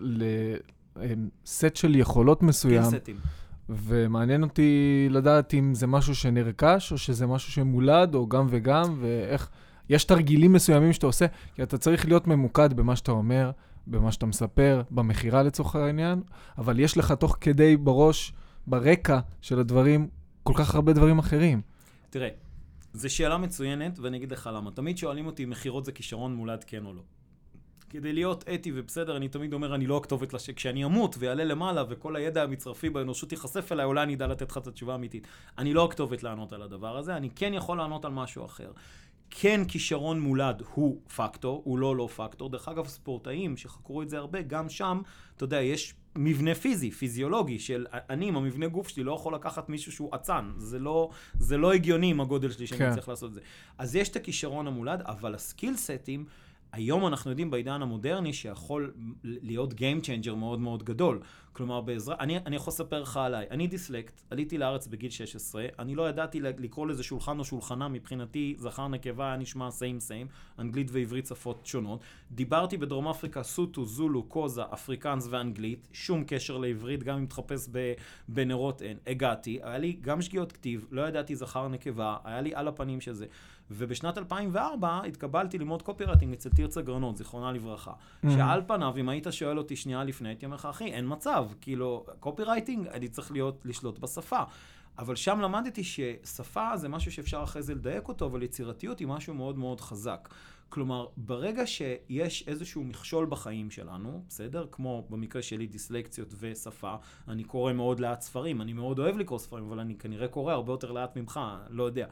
לסט של יכולות מסוים. סטים. ומעניין אותי לדעת אם זה משהו שנרכש, או שזה משהו שמולד, או גם וגם, ואיך, יש תרגילים מסוימים שאתה עושה, כי אתה צריך להיות ממוקד במה שאתה אומר, במה שאתה מספר, במחירה לצורך העניין, אבל יש לך תוך כדי בראש, ברקע של הדברים, כל כך הרבה דברים אחרים. תראה, זו שאלה מצוינת, ואני אגיד לך למה. תמיד שואלים אותי, מחירות זה כישרון מולד כן או לא. כדי להיות אתי ובסדר, אני תמיד אומר, אני לא הכתובת לה, כשאני אמות ויעלה למעלה, וכל הידע המצרפי באנושות ייחשף אליי, אולי אני אדע לתת לך את התשובה האמיתית. אני לא הכתובת לענות על הדבר הזה, אני כן יכול לענות על משהו אחר. כן, כישרון מולד הוא פקטור, הוא לא לא פקטור. דרך אגב, ספורטאים שחקרו את זה הרבה, גם שם, אתה יודע, יש מבנה פיזי, פיזיולוגי, של אני עם המבנה גוף שלי לא יכול לקחת מישהו שהוא עצן. זה לא, זה לא הגיוני עם הגודל שלי שאני צריך לעשות את זה. אז יש את הכישרון המולד, אבל הסקיל סטים, היום אנחנו יודעים בעידן המודרני שיכול להיות game changer מאוד מאוד גדול. כלומר, בעזרה, אני, אני יכול לספר לך עליי. אני דיסלקט, עליתי לארץ בגיל שש עשרה, אני לא ידעתי לקרוא לזה שולחן או שולחנה, מבחינתי זכר נקבה, היה נשמע סיים סיים, אנגלית ועברית שפות שונות. דיברתי בדרום אפריקה, סוטו, זולו, קוזה, אפריקאנס ואנגלית, שום קשר לעברית, גם אם תחפש בנרות אין. הגעתי, היה לי גם שגיאות כתיב, לא ידעתי זכר נקבה, היה לי על הפנים של זה. ובשנת אלפיים וארבע התקבלתי ללמוד קופירייטינג אצל תרצה גרנות, זיכרונה לברכה. Mm-hmm. שעל פניו, אם היית שואל אותי שנייה לפני, הייתי אומר לך, אחי, אין מצב. כאילו, קופירייטינג, אני צריך להיות, לשלוט בשפה. אבל שם למדתי ששפה זה משהו שאפשר אחרי זה לדייק אותו, אבל יצירתיות היא משהו מאוד מאוד חזק. כלומר, ברגע שיש איזשהו מכשול בחיים שלנו, בסדר? כמו במקרה שלי דיסלקציות ושפה, אני קורא מאוד לאט ספרים, אני מאוד אוהב לקרוא ספרים, אבל אני כנראה קורא הרבה יותר לאט ממך, לא יודע.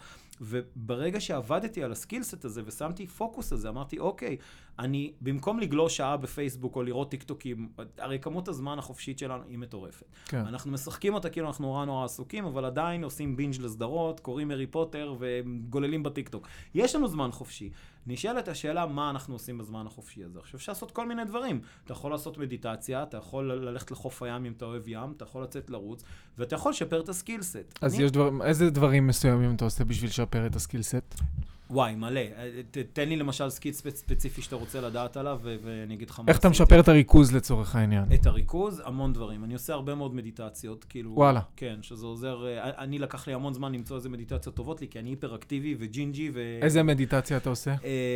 וברגע שעבדתי על הסקילסט הזה ושמתי פוקוס הזה, אמרתי, אוקיי, אני במקום לגלוש שעה בפייסבוק או לראות טיקטוקים, הרי כמות הזמן החופשית שלנו היא מטורפת. כן. אנחנו משחקים אותה כאילו אנחנו נורא נורא עסוקים, אבל עדיין עושים בינג' לסדרות, קוראים מרי פוטר וגוללים בטיקטוק. יש לנו זמן חופשי. נשאלת השאלה מה אנחנו עושים בזמן החופשי הזה. עכשיו אפשר לעשות כל מיני דברים. אתה יכול לעשות מדיטציה, אתה יכול ללכת לחוף הים אם אתה אוהב ים, אתה יכול לצאת לרוץ, ואתה יכול לשפר את הסקילסט. אז אני... יש דבר, איזה דברים מסוימים אתה עושה בשביל לשפר את הסקילסט? וואי, מלא. ת, תן לי למשל סקיל ספציפי שאתה רוצה לדעת עליו, ו- ואני אגיד לך מה... איך אתה משפר את הריכוז לצורך העניין? את הריכוז, המון דברים. אני עושה הרבה מאוד מדיטציות, כאילו... וואלה. כן, שזה עוזר... אני לקח לי המון זמן למצוא איזה מדיטציות טובות לי, כי אני היפר-אקטיבי וג'ינג'י ו... איזה מדיטציה אתה עושה?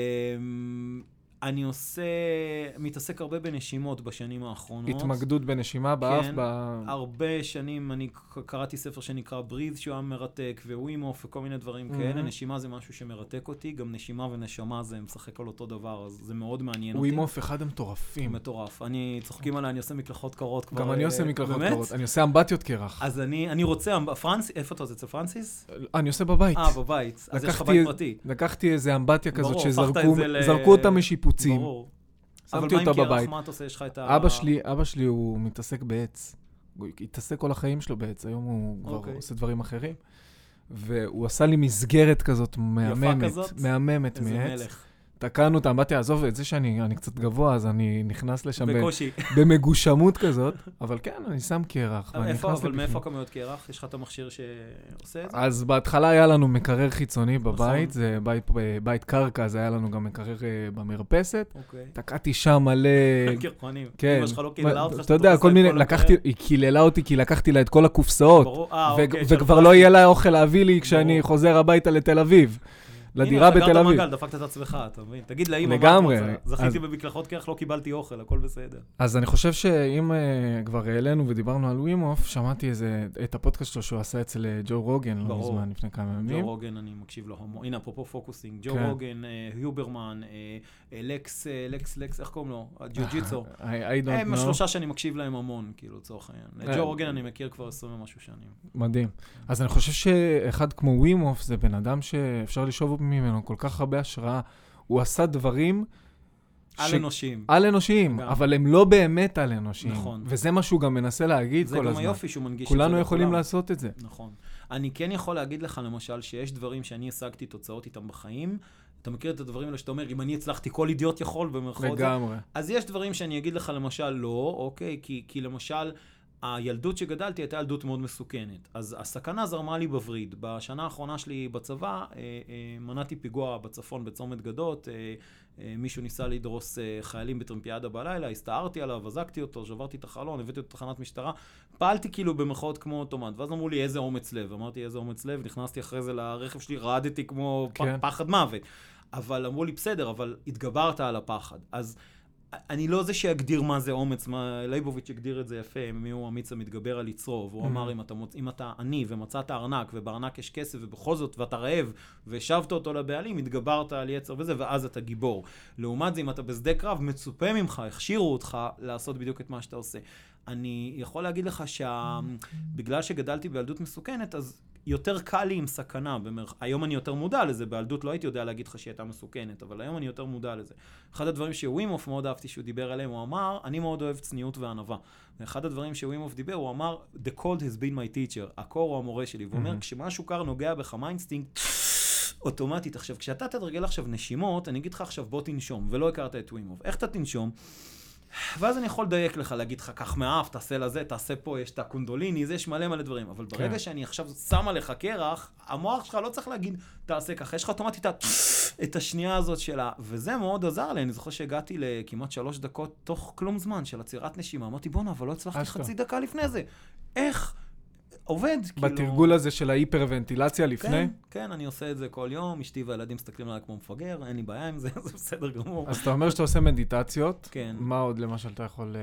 אני עושה... מתעסק הרבה בנשימות בשנים האחרונות. התמקדות בנשימה באף? כן, ב... הרבה שנים. אני קראתי ספר שנקרא Breathe, שהוא היה מרתק, ווימוף וכל מיני דברים mm-hmm. כאלה. נשימה זה משהו שמרתק אותי. גם נשימה ונשמה זה משחק על אותו דבר, אז זה מאוד מעניין אותי. ווימוף אחד המטורפים. מטורף. אני צוחקים עליי, אני עושה מקלחות קרות כבר. גם אני עושה מקלחות קרות. אני עושה אמבטיות קרח. אז אני, אני רוצה... פרנס... איפה אתה עושה? אצל פרנסיס? אני עושה בבית. אה, בבית. אז יש לך בית פרטי. לקחתי איזה אמבטיה כזאת שזרקו אותה משיפוצים. ברור. שמתי אותה בבית. אבל מה עם קרח, מה אתה עושה? יש לך את ה... אבא שלי, אבא שלי הוא מתעסק בעץ. הוא התעסק כל החיים שלו בעץ. היום הוא כבר עושה דברים אחרים. והוא עשה לי מסגרת כזאת מהממת. מהממת מעץ. תקענו אותם, באתי לעזוב את זה שאני אני קצת גבוה, אז אני נכנס לשם בקושי. במגושמות כזאת, אבל כן, אני שם קרח. אבל מאיפה כמויות קרח? יש לך את המכשיר שעושה את זה? אז בהתחלה היה לנו מקרר חיצוני בבית, זה בית קרקע, אז היה לנו גם מקרר במרפסת. תקעתי שם מלא... קרחונים. כן. אמא שלך לא קיללה אותך אתה יודע, כל מיני, לקחתי, היא קיללה אותי כי לקחתי לה את כל הקופסאות, וכבר לא יהיה לה אוכל להביא לי כשאני חוזר הביתה לתל אביב. לדירה בתל אביב. הנה, סגרת מגל, דפקת את עצמך, אתה מבין? תגיד לאמא מה את רוצה. זכיתי בבקלחות קרח, לא קיבלתי אוכל, הכל בסדר. אז אני חושב שאם כבר העלינו ודיברנו על ווימוף, שמעתי את הפודקאסט שלו שהוא עשה אצל ג'ו רוגן, לא מזמן, לפני כמה ימים. ג'ו רוגן, אני מקשיב לו המון. הנה, אפרופו פוקוסינג, ג'ו רוגן, היוברמן, לקס, לקס, לקס, איך קוראים לו? ג'ו-ג'יצו. הם השלושה שאני מקשיב להם המון, כאילו, לצורך העניין. ג'ו רוגן אני מכיר כבר עשרים ומשהו שנים. מדהים. אז אני חושב שאחד כמו ווימוף זה בן אדם שאפשר לשאוב ממנו כל כך הרבה השראה. הוא עשה דברים... על אנושיים. על אנושיים, אבל הם לא באמת על אנושיים. נכון. וזה מה שהוא גם מנסה להגיד כל הזמן. זה גם היופי שהוא מנגיש את זה. כולנו יכולים לעשות את זה. נכון. אני כן יכול להגיד לך, למשל, שיש דברים שאני השגתי תוצאות איתם בחיים. אתה מכיר את הדברים האלה שאתה אומר, אם אני הצלחתי, כל אידיוט יכול במרכאות. לגמרי. אז יש דברים שאני אגיד לך, למשל, לא, אוקיי, כי, כי למשל, הילדות שגדלתי הייתה ילדות מאוד מסוכנת. אז הסכנה זרמה לי בווריד. בשנה האחרונה שלי בצבא, אה, אה, מנעתי פיגוע בצפון בצומת גדות, אה, אה, מישהו ניסה לדרוס אה, חיילים בטרמפיאדה בלילה, הסתערתי עליו, הזקתי אותו, שברתי את החלון, הבאתי אותו לתחנת משטרה, פעלתי כאילו במחאות כמו אוטומט, ואז אמרו לי איזה אומץ לב, אמרתי איזה אומץ לב, נכנסתי אחרי זה לרכב שלי, רעדתי כמו כן. פחד מוות. אבל אמרו לי בסדר, אבל התגברת על הפחד. אז אני לא זה שיגדיר מה זה אומץ, מה לייבוביץ' הגדיר את זה יפה, מי הוא אמיץ המתגבר על יצרו, והוא אמר, אם אתה, מוצ... אם אתה עני ומצאת ארנק, ובארנק יש כסף, ובכל זאת, ואתה רעב, והשבת אותו לבעלים, התגברת על יצר וזה, ואז אתה גיבור. לעומת זה, אם אתה בשדה קרב, מצופה ממך, הכשירו אותך לעשות בדיוק את מה שאתה עושה. אני יכול להגיד לך שבגלל שגדלתי בילדות מסוכנת, אז יותר קל לי עם סכנה. במרח... היום אני יותר מודע לזה, בילדות לא הייתי יודע להגיד לך שהיא הייתה מסוכנת, אבל היום אני יותר מודע לזה. אחד הדברים שווימוף מאוד אהבתי שהוא דיבר עליהם, הוא אמר, אני מאוד אוהב צניעות וענווה. ואחד הדברים שווימוף דיבר, הוא אמר, The cold has been my teacher, הקור הוא המורה שלי. והוא אומר, כשמשהו קר נוגע בך, מה אינסטינקט? אוטומטית. עכשיו, כשאתה תתרגל עכשיו נשימות, אני אגיד לך עכשיו, בוא תנשום, ולא הכרת את ווימוף. איך אתה תנשום? ואז אני יכול לדייק לך, להגיד לך, קח מאף, תעשה לזה, תעשה פה, יש את הקונדוליני, זה יש מלא מלא דברים. אבל ברגע כן. שאני עכשיו שם עליך קרח, המוח שלך לא צריך להגיד, תעשה ככה. יש לך אוטומטית את השנייה הזאת שלה, וזה מאוד עזר לי. אני זוכר שהגעתי לכמעט שלוש דקות, תוך כלום זמן של עצירת נשימה. אמרתי, בונה, אבל לא הצלחתי חצי דקה לפני זה. איך? עובד, כאילו... בתרגול הזה של ההיפרוונטילציה לפני? כן, כן, אני עושה את זה כל יום, אשתי והילדים מסתכלים עליי כמו מפגר, אין לי בעיה עם זה, זה בסדר גמור. אז אתה אומר שאתה עושה מדיטציות? כן. מה עוד למשל אתה יכול...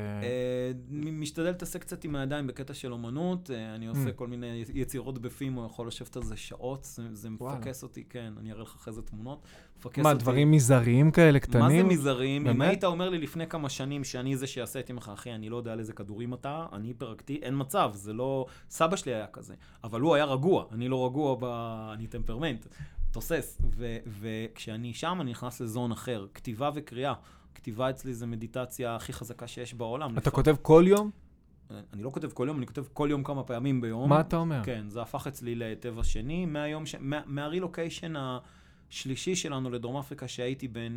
משתדל להתעסק קצת עם הידיים בקטע של אומנות, אני עושה כל מיני יצירות בפים, הוא יכול לשבת על זה שעות, זה מפקס אותי, כן, אני אראה לך אחרי זה תמונות. מה, דברים מזעריים כאלה, קטנים? מה זה מזעריים? אם היית אומר לי לפני כמה שנים שאני זה שיעשה את ממך, אחי, אני לא יודע על איזה כדורים אתה, אני היפראקטיבי, אין מצב, זה לא... סבא שלי היה כזה, אבל הוא היה רגוע, אני לא רגוע, ב... אני טמפרמנט, תוסס, ו... וכשאני שם אני נכנס לזון אחר, כתיבה וקריאה. כתיבה אצלי זה מדיטציה הכי חזקה שיש בעולם. אתה כותב כל יום? אני לא כותב כל יום, אני כותב כל יום כמה פעמים ביום. מה אתה אומר? כן, זה הפך אצלי לטבע שני, מהיום ש... מה... מהרילוקיישן ה... שלישי שלנו לדרום אפריקה שהייתי בין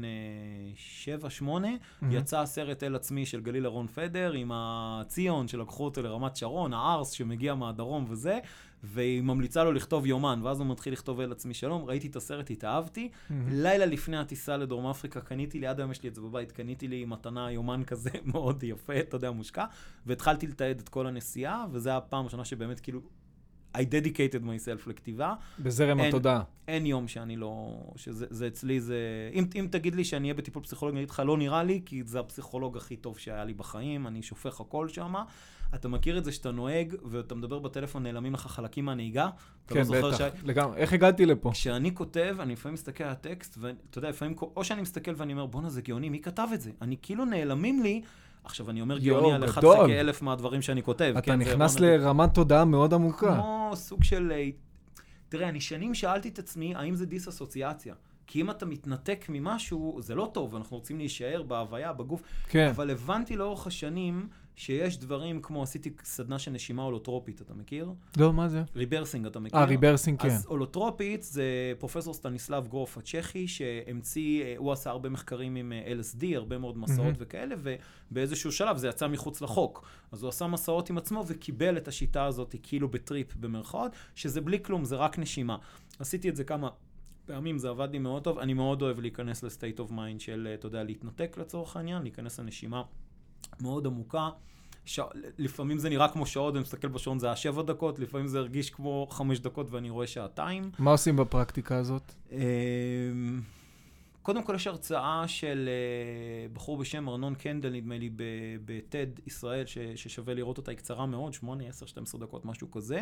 שבע שמונה, mm-hmm. יצא הסרט אל עצמי של גליל ארון פדר עם הציון שלקחו אותו לרמת שרון, הארס שמגיע מהדרום וזה, והיא ממליצה לו לכתוב יומן, ואז הוא מתחיל לכתוב אל עצמי שלום, ראיתי את הסרט, התאהבתי, mm-hmm. לילה לפני הטיסה לדרום אפריקה קניתי לי, עד היום יש לי את זה בבית, קניתי לי מתנה יומן כזה מאוד יפה, אתה יודע, מושקע, והתחלתי לתעד את כל הנסיעה, וזה הפעם הראשונה שבאמת כאילו, I dedicated myself לכתיבה. בזרם התודעה. אין יום שאני לא... שזה זה אצלי זה... אם, אם תגיד לי שאני אהיה בטיפול פסיכולוג, אני אגיד לך, לא נראה לי, כי זה הפסיכולוג הכי טוב שהיה לי בחיים, אני שופך הכל שם. אתה מכיר את זה שאתה נוהג, ואתה מדבר בטלפון, נעלמים לך חלקים מהנהיגה? כן, לא בטח. ש... לגמרי. איך הגעתי לפה? כשאני כותב, אני לפעמים מסתכל על הטקסט, ואתה יודע, לפעמים... או שאני מסתכל ואני אומר, בונה, זה גאוני, מי כתב את זה? אני כאילו נעלמים לי, עכשיו, אני אומר גאוני על אחד חלקי אלף מהדברים שאני כותב. אתה נכנס לרמת תודעה מאוד עמוקה. כמו סוג של... תראה, אני שנים שאלתי את עצמי, האם זה דיס-אסוציאציה? כי אם אתה מתנתק ממשהו, זה לא טוב, אנחנו רוצים להישאר בהוויה, בגוף. כן. אבל הבנתי לאורך השנים שיש דברים כמו, עשיתי סדנה של נשימה הולוטרופית, אתה מכיר? לא, מה זה? ריברסינג, אתה מכיר? אה, ריברסינג, כן. אז הולוטרופית זה פרופסור סטניסלב גרוף הצ'כי, שהמציא, הוא עשה הרבה מחקרים עם אל אס די, הרבה מאוד מסעות mm-hmm. וכאלה, ובאיזשהו שלב זה יצא מחוץ לחוק. אז הוא עשה מסעות עם עצמו וקיבל את השיטה הזאת כאילו בטריפ במרכאות, שזה בלי כלום, זה רק נשימה. עשיתי את זה כמה פעמים, זה עבד לי מאוד טוב. אני מאוד אוהב להיכנס לסטייט אוף מיינד של, אתה יודע, להתנתק לצורך העניין, להיכנס לנשימה מאוד עמוקה. ש... לפעמים זה נראה כמו שעות, אני מסתכל בשעון, זה היה שבע דקות, לפעמים זה הרגיש כמו חמש דקות ואני רואה שעתיים. מה עושים בפרקטיקה הזאת? קודם כל יש הרצאה של בחור בשם ארנון קנדל, נדמה לי, בטד ישראל, ש... ששווה לראות אותה, היא קצרה מאוד, שמונה, עשר, שתים עשרה דקות, משהו כזה.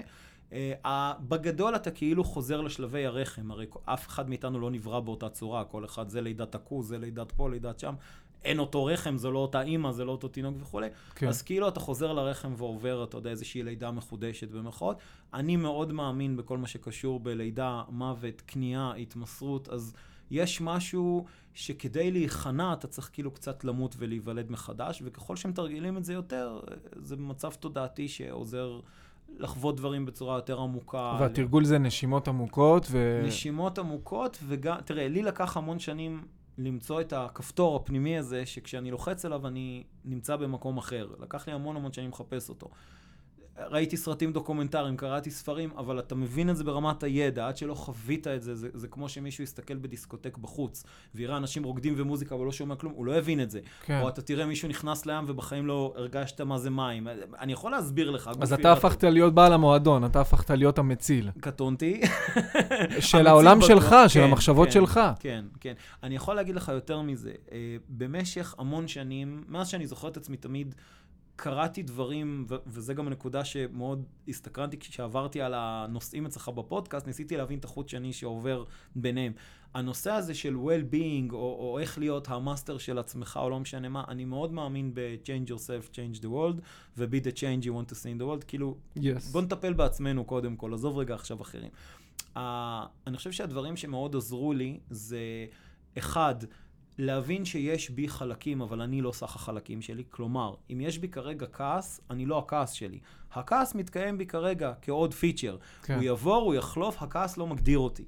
בגדול אתה כאילו חוזר לשלבי הרחם, הרי אף אחד מאיתנו לא נברא באותה צורה, כל אחד זה לידת הכוז, זה לידת פה, לידת שם. אין אותו רחם, זה לא אותה אימא, זה לא אותו תינוק וכו'. כן. אז כאילו אתה חוזר לרחם ועובר, אתה יודע, איזושהי לידה מחודשת במרכאות. אני מאוד מאמין בכל מה שקשור בלידה, מוות, קנייה, התמסרות, אז יש משהו שכדי להיכנע, אתה צריך כאילו קצת למות ולהיוולד מחדש, וככל שהם תרגילים את זה יותר, זה מצב תודעתי שעוזר לחוות דברים בצורה יותר עמוקה. והתרגול זה נשימות עמוקות ו... נשימות עמוקות, וגם, תראה, לי לקח המון שנים למצוא את הכפתור הפנימי הזה, שכשאני לוחץ עליו אני נמצא במקום אחר. לקח לי המון המון שאני מחפש אותו. ראיתי סרטים דוקומנטריים, קראתי ספרים, אבל אתה מבין את זה ברמת הידע, עד שלא חווית את זה, זה, זה כמו שמישהו יסתכל בדיסקוטק בחוץ, ויראה אנשים רוקדים ומוזיקה, אבל לא שומע כלום, הוא לא יבין את זה. כן. או אתה תראה מישהו נכנס לים, ובחיים לא הרגשת מה זה מים. אני יכול להסביר לך. אז אתה הפכת להיות בעל המועדון, אתה הפכת להיות המציל. קטונתי. של העולם שלך, של המחשבות שלך. כן, כן. אני יכול להגיד לך יותר מזה. במשך המון שנים, מאז שאני זוכר את עצמי תמיד, קראתי דברים, ו- וזה גם הנקודה שמאוד הסתקרנתי כשעברתי על הנושאים אצלך בפודקאסט, ניסיתי להבין את החוט שני שעובר ביניהם. הנושא הזה של well-being, או, או איך להיות המאסטר של עצמך, או לא משנה מה, אני מאוד מאמין ב-change yourself, change the world, ו-be the change you want to see in the world, כאילו, yes. בוא נטפל בעצמנו קודם כל, עזוב רגע עכשיו אחרים. Uh, אני חושב שהדברים שמאוד עזרו לי, זה אחד, להבין שיש בי חלקים, אבל אני לא סך החלקים שלי. כלומר, אם יש בי כרגע כעס, אני לא הכעס שלי. הכעס מתקיים בי כרגע כעוד פיצ'ר. כן. הוא יבור, הוא יחלוף, הכעס לא מגדיר אותי.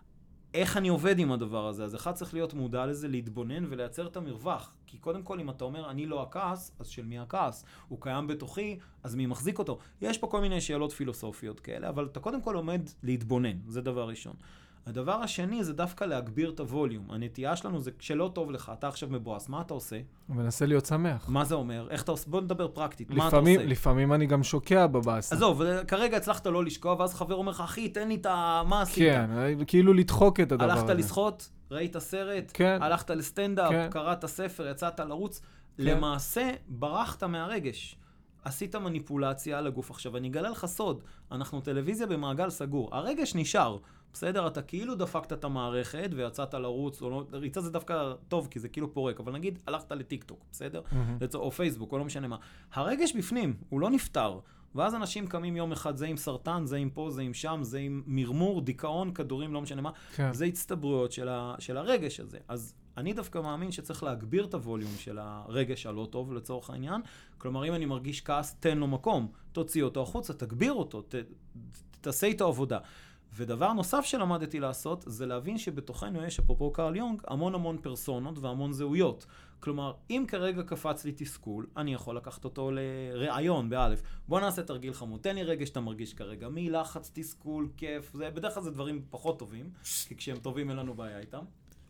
איך אני עובד עם הדבר הזה? אז אחד צריך להיות מודע לזה, להתבונן ולייצר את המרווח. כי קודם כל, אם אתה אומר, אני לא הכעס, אז של מי הכעס? הוא קיים בתוכי, אז מי מחזיק אותו? יש פה כל מיני שאלות פילוסופיות כאלה, אבל אתה קודם כל עומד להתבונן. זה דבר ראשון. הדבר השני זה דווקא להגביר את הווליום. הנטייה שלנו זה כשלא טוב לך, אתה עכשיו מבואס, מה אתה עושה? הוא מנסה להיות שמח. מה זה אומר? איך אתה עושה? בוא נדבר פרקטית, מה אתה עושה? לפעמים אני גם שוקע בבאסה. עזוב, כרגע הצלחת לא לשקוע, ואז חבר אומר לך, אחי, תן לי את מה עשית. כן, כאילו לדחוק את הדבר הזה. הלכת לשחות, ראית סרט, כן. הלכת לסטנדאפ, כן. קראת ספר, יצאת לרוץ, כן. למעשה ברחת מהרגש. עשית מניפולציה על הגוף. עכשיו, אני אגלה לך סוד, אנחנו טלוויזיה במעגל סגור. הרגש נשאר. בסדר, אתה כאילו דפקת את המערכת ויצאת לרוץ, או לא, ריצה זה דווקא טוב, כי זה כאילו פורק, אבל נגיד, הלכת לטיק-טוק, בסדר? Mm-hmm. או פייסבוק, או לא משנה מה. הרגש בפנים, הוא לא נפטר. ואז אנשים קמים יום אחד, זה עם סרטן, זה עם פה, זה עם שם, זה עם מרמור, דיכאון, כדורים, לא משנה מה. כן. זה הצטברויות של, ה, של הרגש הזה. אז אני דווקא מאמין שצריך להגביר את הווליום של הרגש הלא טוב, לצורך העניין. כלומר, אם אני מרגיש כעס, תן לו מקום. תוציא אותו החוצה, תגביר אותו, ת, תעשה איתו עבודה. ודבר נוסף שלמדתי לעשות, זה להבין שבתוכנו יש, אפרופו קרל יונג, המון המון פרסונות והמון זהויות. כלומר, אם כרגע קפץ לי תסכול, אני יכול לקחת אותו לרעיון, באלף. בוא נעשה תרגיל חמוד, תן לי רגע שאתה מרגיש כרגע. מי לחץ, תסכול, כיף, זה, בדרך כלל זה דברים פחות טובים, כי כשהם טובים אין לנו בעיה איתם.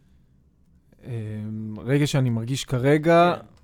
רגע שאני מרגיש כרגע... כן.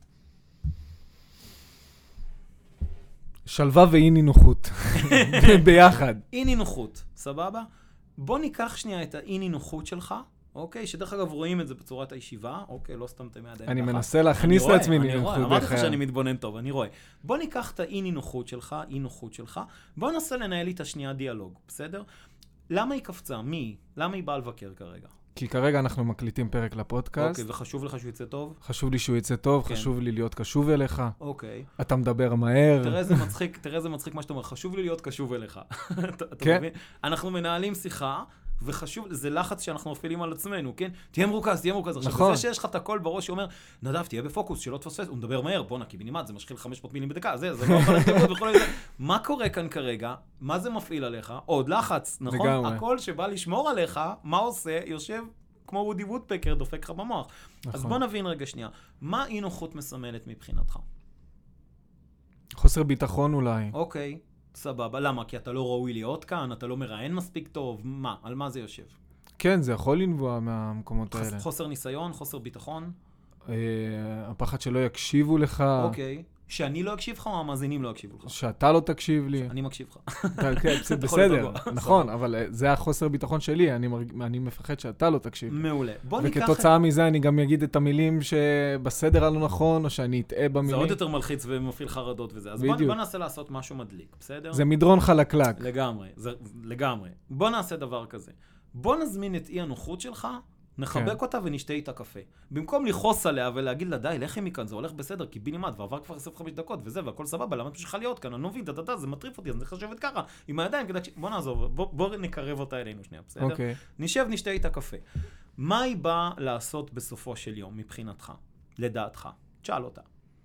שלווה ואי נינוחות, ביחד. אי נינוחות, סבבה? בוא ניקח שנייה את האי נינוחות שלך, אוקיי? שדרך אגב רואים את זה בצורת הישיבה, אוקיי? לא סתם תמי עדיין. אני מנסה להכניס לעצמי נינוחות. אמרתי לך שאני מתבונן טוב, אני רואה. בוא ניקח את האי נינוחות שלך, אי נוחות שלך, בוא ננסה לנהל איתה שנייה דיאלוג, בסדר? למה היא קפצה? מי? למה היא באה לבקר כרגע? כי כרגע אנחנו מקליטים פרק לפודקאסט. אוקיי, וחשוב לך שהוא יצא טוב? חשוב לי שהוא יצא טוב, כן. חשוב לי להיות קשוב אליך. אוקיי. אתה מדבר מהר. תראה איזה מצחיק, תראה איזה מצחיק מה שאתה אומר, חשוב לי להיות קשוב אליך. אתה, אתה כן? מבין? אנחנו מנהלים שיחה, וחשוב, זה לחץ שאנחנו מפעילים על עצמנו, כן? תהיה מרוכז, תהיה מרוכז. עכשיו, נכון. זה שיש לך את הכל בראש שאומר, נדב, תהיה בפוקוס, שלא תפספס, הוא מדבר מהר, בוא נקי בנימט, זה משחיל חמש מאות מילים בדקה, זה, זה לא יכול לתיבות וכל זה. מה קורה כאן כרגע? מה זה מפעיל עליך? עוד לחץ, נכון? לגמרי. הכל שבא לשמור עליך, מה עושה? יושב כמו וודי וודפקר, דופק לך במוח. נכון. אז בוא נבין רגע שנייה, מה אי נוחות מסמלת מבחינתך? חוסר ביטחון אולי. אוקיי, סבבה. למה? כי אתה לא ראוי להיות כאן, אתה לא מראיין מספיק טוב, מה? על מה זה יושב? כן, זה יכול לנבוע מהמקומות חס- האלה. חוסר ניסיון, חוסר ביטחון? אה, הפחד שלא יקשיבו לך, אוקיי. שאני לא אקשיב לך או המאזינים לא יקשיבו לך? שאתה לא תקשיב לי. אני מקשיב לך. אתה- כן, בסדר, אתה יכול להיות בסדר, רגוע. נכון, אבל אה, זה החוסר ביטחון שלי, אני מרג- אני מפחד שאתה לא תקשיב. מעולה. בוא ניקח... וכתוצאה מזה אני גם אגיד את המילים שבסדר הלא נכון, או שאני אטעה זה במילים. עוד יותר מלחיץ ומפעיל חרדות וזה. אז בוא, בדיוק. בוא ננסה לעשות משהו מדליק, בסדר? זה מדרון חלקלק. לגמרי, זה, לגמרי. בוא נעשה דבר כזה. בוא נזמין את אי הנוחות שלך, נחבק כן. אותה ונשתה איתה קפה. במקום לכעוס עליה ולהגיד לה, די, לכי מכאן, זה הולך בסדר, כי בי נימד, ועבר כבר עשרים וחמש דקות וזה, והכל סבבה, למה את ממשיכה להיות כאן? אני לא מבין, דדדה, זה מטריף אותי, אז אני חושבת ככה, עם הידיים, כדי... בוא נעזוב, בוא, בוא נקרב אותה אלינו שנייה, בסדר? אוקיי. נשב, נשתה איתה קפה. מה היא באה לעשות בסופו של יום, מבחינתך, לדעתך? תשאל אותה.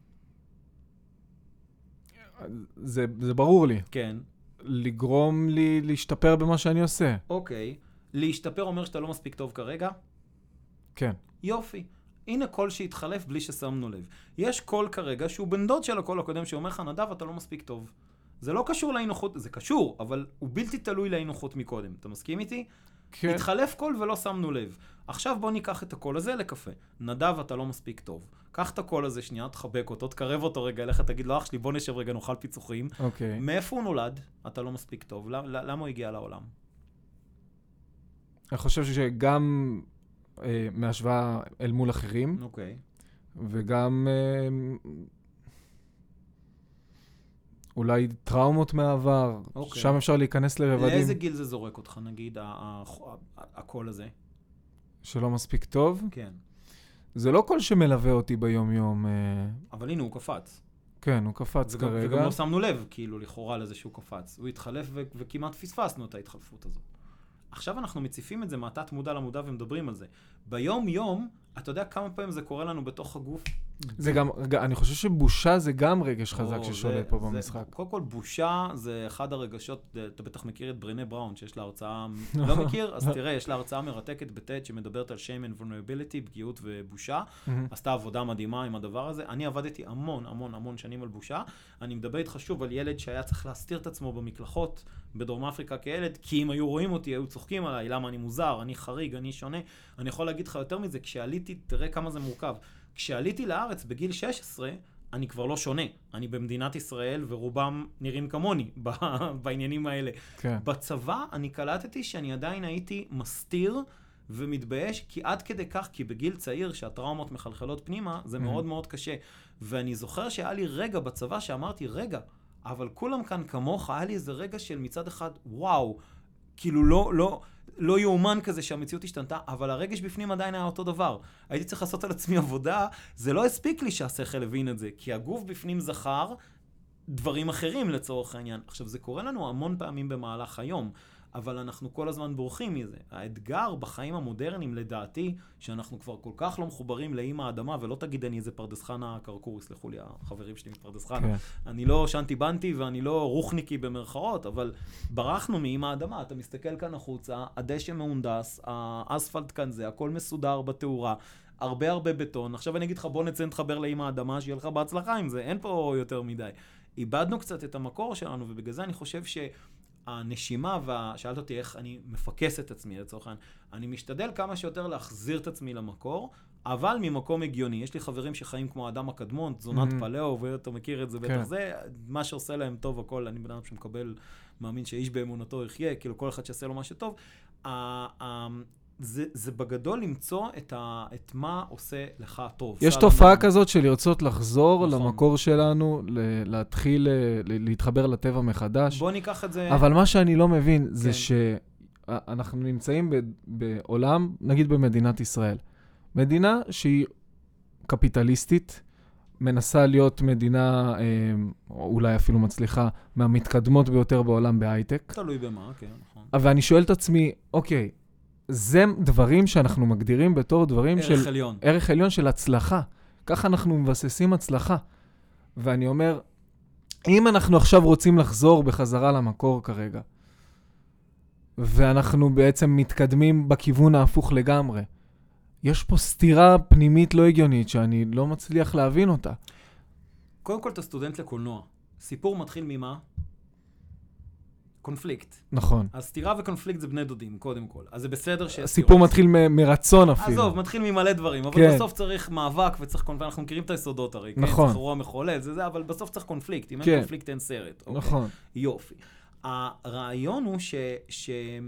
זה זה ברור לי. כן. לגרום לי להשתפר במה שאני עושה. אוקיי. להשתפר אומר שאתה לא מספיק טוב כרגע? כן. יופי. הנה קול שהתחלף בלי ששמנו לב. יש קול כרגע שהוא בן דוד של הקול הקודם שאומר לך, נדב, אתה לא מספיק טוב. זה לא קשור לאי-נוחות, זה קשור, אבל הוא בלתי תלוי לאי-נוחות מקודם. אתה מסכים איתי? כן. התחלף קול ולא שמנו לב. עכשיו בוא ניקח את הקול הזה לקפה. נדב, אתה לא מספיק טוב. קח את הקול הזה שנייה, תחבק אותו, תקרב אותו רגע, לך תגיד לו, אח שלי, בוא נשב רגע, נאכל פיצוחים. אוקיי. מאיפה הוא נולד? אתה לא מספיק טוב. למ- למה הוא הגיע לעולם? אני חושב שגם אה, מהשוואה אל מול אחרים, אוקיי. וגם אה, אולי טראומות מהעבר, אוקיי. שם אפשר להיכנס לרבדים לאיזה גיל זה זורק אותך, נגיד, ה- ה- ה- הקול הזה? שלא מספיק טוב. כן. זה לא קול שמלווה אותי ביום-יום. אה, אבל הנה, הוא קפץ. כן, הוא קפץ וגם, כרגע. וגם לא שמנו לב, כאילו, לכאורה לזה שהוא קפץ. הוא התחלף ו- וכמעט פספסנו את ההתחלפות הזאת. עכשיו אנחנו מציפים את זה מהתת מודע למודע ומדברים על זה. ביום-יום, אתה יודע כמה פעמים זה קורה לנו בתוך הגוף? זה גם, רגע, אני חושב שבושה זה גם רגש חזק או, ששולט זה- פה זה- במשחק. קודם כל, בושה זה אחד הרגשות, אתה בטח מכיר את ברנה בראון, שיש לה הרצאה, לא מכיר? אז תראה, יש לה הרצאה מרתקת בטד שמדברת על shame and vulnerability, פגיעות ובושה. מהמם. עשתה עבודה מדהימה עם הדבר הזה. אני עבדתי המון, המון, המון שנים על בושה. אני מדבר איתך שוב על ילד שהיה צריך להסתיר את עצמו במקלחות בדרום אפריקה כילד, כי אם היו רואים אותי, היו צוחקים עליי, למה אני מוזר, אני חריג, אני שונה. אני יכול להגיד לך יותר מזה, כשעליתי, תראה כמה זה מורכב. כשעליתי לארץ בגיל שש עשרה, אני כבר לא שונה. אני במדינת ישראל, ורובם נראים כמוני ב- בעניינים האלה. כן. בצבא אני קלטתי שאני עדיין הייתי מסתיר ומתבייש, כי עד כדי כך, כי בגיל צעיר שהטראומות מחלחלות פנימה, זה מאוד מאוד קשה. ואני זוכר שהיה לי רגע בצבא שאמרתי, רגע, אבל כולם כאן כמוך, היה לי איזה רגע של מצד אחד, וואו, כאילו לא, לא, לא יאומן כזה שהמציאות השתנתה, אבל הרגש בפנים עדיין היה אותו דבר. הייתי צריך לעשות על עצמי עבודה, זה לא הספיק לי שהשכל הבין את זה, כי הגוף בפנים זכר דברים אחרים לצורך העניין. עכשיו, זה קורה לנו המון פעמים במהלך היום, אבל אנחנו כל הזמן בורחים מזה. האתגר בחיים המודרניים, לדעתי, שאנחנו כבר כל כך לא מחוברים לאמא האדמה, ולא תגיד אני איזה פרדס חנה קרקור, יסלחו לי החברים שלי מפרדס חנה. כן. אני לא שנתי בנתי ואני לא רוחניקי במרכאות, אבל ברחנו מאמא האדמה. אתה מסתכל כאן החוצה, הדשא מהונדס, האספלט כאן זה, הכל מסודר בתאורה, הרבה הרבה בטון. עכשיו אני אגיד לך, בוא נצא נתחבר לאמא האדמה, שיהיה לך בהצלחה עם זה, אין פה יותר מדי. איבדנו קצת את המקור שלנו, ובגלל זה אני חושב ש... הנשימה, ושאלת אותי איך אני מפקס את עצמי לצורך העניין, אני משתדל כמה שיותר להחזיר את עצמי למקור, אבל ממקום הגיוני. יש לי חברים שחיים כמו האדם הקדמון, תזונת פלאו, ואתה מכיר את זה בטח, זה מה שעושה להם טוב הכל, אני בן אדם שמקבל, מאמין שאיש באמונתו יחיה, כאילו כל אחד שעשה לו מה שטוב. זה, זה בגדול למצוא את, ה, את מה עושה לך טוב. יש סלם תופעה לנו. כזאת של לרצות לחזור נכון. למקור שלנו, ל- להתחיל ל- להתחבר לטבע מחדש. בוא ניקח את זה... אבל מה שאני לא מבין זה כן. שאנחנו נמצאים ב- בעולם, נגיד במדינת ישראל. מדינה שהיא קפיטליסטית, מנסה להיות מדינה, אה, אולי אפילו מצליחה, מהמתקדמות ביותר בעולם בהייטק. תלוי במה, כן, נכון. אבל אני שואל את עצמי, אוקיי, זה דברים שאנחנו מגדירים בתור דברים ערך של... ערך עליון. ערך עליון של הצלחה. ככה אנחנו מבססים הצלחה. ואני אומר, אם אנחנו עכשיו רוצים לחזור בחזרה למקור כרגע, ואנחנו בעצם מתקדמים בכיוון ההפוך לגמרי, יש פה סתירה פנימית לא הגיונית שאני לא מצליח להבין אותה. קודם כל, אתה סטודנט לקולנוע. סיפור מתחיל ממה? קונפליקט. נכון. אז סתירה וקונפליקט זה בני דודים, קודם כל. אז זה בסדר ש... הסיפור מתחיל מ- מרצון אפילו. עזוב, מתחיל ממלא דברים, אבל כן. בסוף צריך מאבק וצריך קונפליקט. אנחנו מכירים את היסודות הרי. נכון. כן, זכרו המחולל, זה זה, אבל בסוף צריך קונפליקט. אם כן. אין קונפליקט אין סרט. נכון. אוקיי. יופי. הרעיון הוא ש... ש...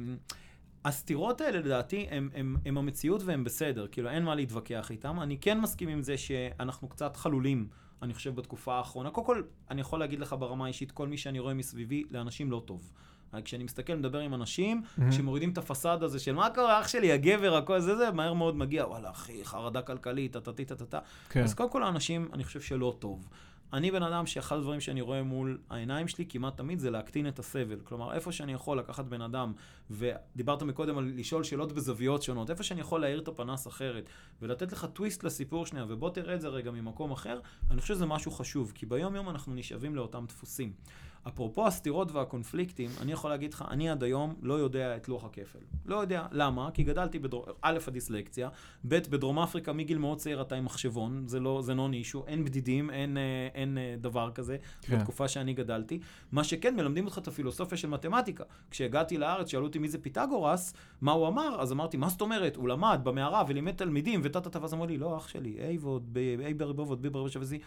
הסתירות האלה, לדעתי, הם, הם, הם המציאות והם בסדר. כאילו, אין מה להתווכח איתם. אני כן מסכים עם זה שאנחנו קצת חלולים, אני חושב, בתקופה האחרונה. קודם כל, אני יכול להגיד לך ברמה האישית, כל מי שאני רואה מסביבי, לאנשים לא טוב. כשאני מסתכל, מדבר עם אנשים, mm-hmm. שמורידים את הפסד הזה של מה קורה, אח שלי, הגבר, הכל זה, זה, מהר מאוד מגיע, וואלה, אחי, חרדה כלכלית, תתתי, תתתה. כן. אז קודם כל, האנשים, אני חושב שלא טוב. אני בן אדם שאחד הדברים שאני רואה מול העיניים שלי כמעט תמיד זה להקטין את הסבל. כלומר, איפה שאני יכול לקחת בן אדם, ודיברת מקודם על לשאול שאלות בזוויות שונות, איפה שאני יכול להאיר את הפנס אחרת, ולתת לך טוויסט לסיפור שנייה, ובוא תראה את זה רגע ממקום אחר, אני חושב שזה משהו חשוב, כי ביום יום אנחנו נשאבים לאותם דפוסים. אפרופו הסתירות והקונפליקטים, אני יכול להגיד לך, אני עד היום לא יודע את לוח הכפל. לא יודע. למה? כי גדלתי בדרום, א', הדיסלקציה, ב', בדרום אפריקה מגיל מאוד צעיר אתה עם מחשבון, זה לא, זה לא נישהו, אין בדידים, אין, אין, אין דבר כזה, כן. בתקופה שאני גדלתי. מה שכן, מלמדים אותך את הפילוסופיה של מתמטיקה. כשהגעתי לארץ, שאלו אותי מי זה פיתגורס, מה הוא אמר, אז אמרתי, מה זאת אומרת? הוא למד במערה ולימד תלמידים, ותת ואז אמרו לי, לא, אח שלי, A ועוד B, A בריבוע ועוד B בריבוע שווה Z.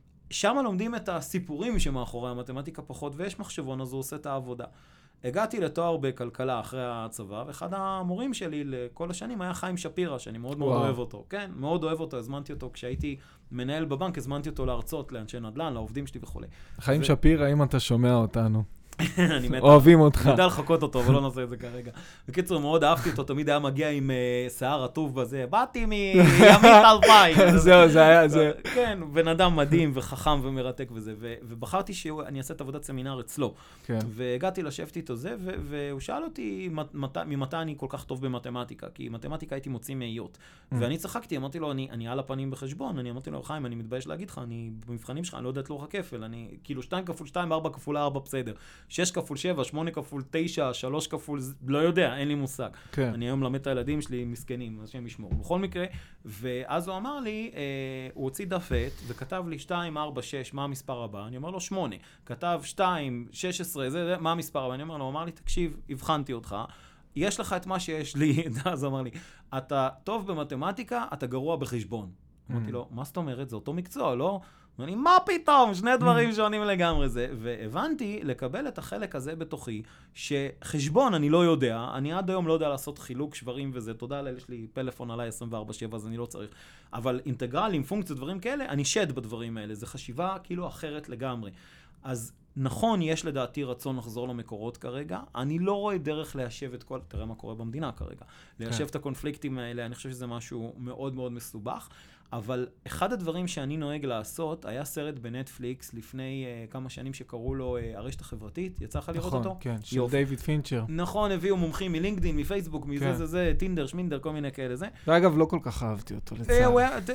שם לומדים את הסיפורים שמאחורי המתמטיקה פחות, ויש מחשבון, אז הוא עושה את העבודה. הגעתי לתואר בכלכלה אחרי הצבא, ואחד המורים שלי לכל השנים היה חיים שפירא, שאני מאוד מאוד אוהב אותו. כן, מאוד אוהב אותו, הזמנתי אותו. כשהייתי מנהל בבנק, הזמנתי אותו להרצות לאנשי נדל"ן, לעובדים שלי וכו'. חיים שפירא, אם אתה שומע אותנו. אוהבים אותך. אני יודע לחכות אותו, אבל לא נעשה את זה כרגע. בקיצור, מאוד אהבתי אותו, תמיד היה מגיע עם שיער עטוב בזה, באתי מימית אלפיים. זהו, זה היה, זה... כן, בן אדם מדהים וחכם ומרתק וזה, ובחרתי שאני אעשה את עבודת סמינר אצלו. והגעתי לשבת איתו זה, והוא שאל אותי ממתי אני כל כך טוב במתמטיקה, כי מתמטיקה הייתי מוציא מאיות. ואני צחקתי, אמרתי לו, אני על הפנים בחשבון, אני אמרתי לו, חיים, אני מתבייש להגיד לך, אני במבחנים שלך, אני לא יודע את לוח הכפל, אני כאילו שתיים כפול שתיים, ארבע כפול ארבע, בסדר. שש כפול שבע, שמונה כפול תשע, שלוש כפול, לא יודע, אין לי מושג. כן. אני היום מלמד את הילדים שלי מסכנים, אז שהם ישמעו. בכל מקרה, ואז הוא אמר לי, אה, הוא הוציא דף עט, וכתב לי שתיים, ארבע, שש, מה המספר הבא? אני אומר לו, שמונה. כתב שתיים, שש עשרה, זה, זה, מה המספר הבא? אני אומר לו, הוא אמר לי, תקשיב, הבחנתי אותך, יש לך את מה שיש לי, אז הוא אמר לי, אתה טוב במתמטיקה, אתה גרוע בחשבון. אמרתי לו, מה זאת אומרת? זה אותו מקצוע, לא? ואני, מה פתאום? שני דברים שונים לגמרי זה. והבנתי לקבל את החלק הזה בתוכי, שחשבון אני לא יודע, אני עד היום לא יודע לעשות חילוק שברים וזה, תודה לאלה, יש לי פלאפון עליי עשרים וארבע שבע, אז אני לא צריך. אבל אינטגרלים, פונקציות, דברים כאלה, אני שד בדברים האלה. זה חשיבה כאילו אחרת לגמרי. אז נכון, יש לדעתי רצון לחזור למקורות כרגע. אני לא רואה דרך ליישב את כל... תראה מה קורה במדינה כרגע. ליישב את הקונפליקטים האלה, אני חושב שזה משהו מאוד מאוד מסובך. אבל אחד הדברים שאני נוהג לעשות, היה סרט בנטפליקס לפני uh, כמה שנים שקראו לו uh, הרשת החברתית. יצא לך לראות נכון, אותו? נכון, כן, של דיוויד פינצ'ר. נכון, הביאו מומחים מלינקדין, מפייסבוק, מזה כן. זה זה, טינדר, שמינדר, כל מיני כאלה זה. ואגב, לא כל כך אהבתי אותו, לצער.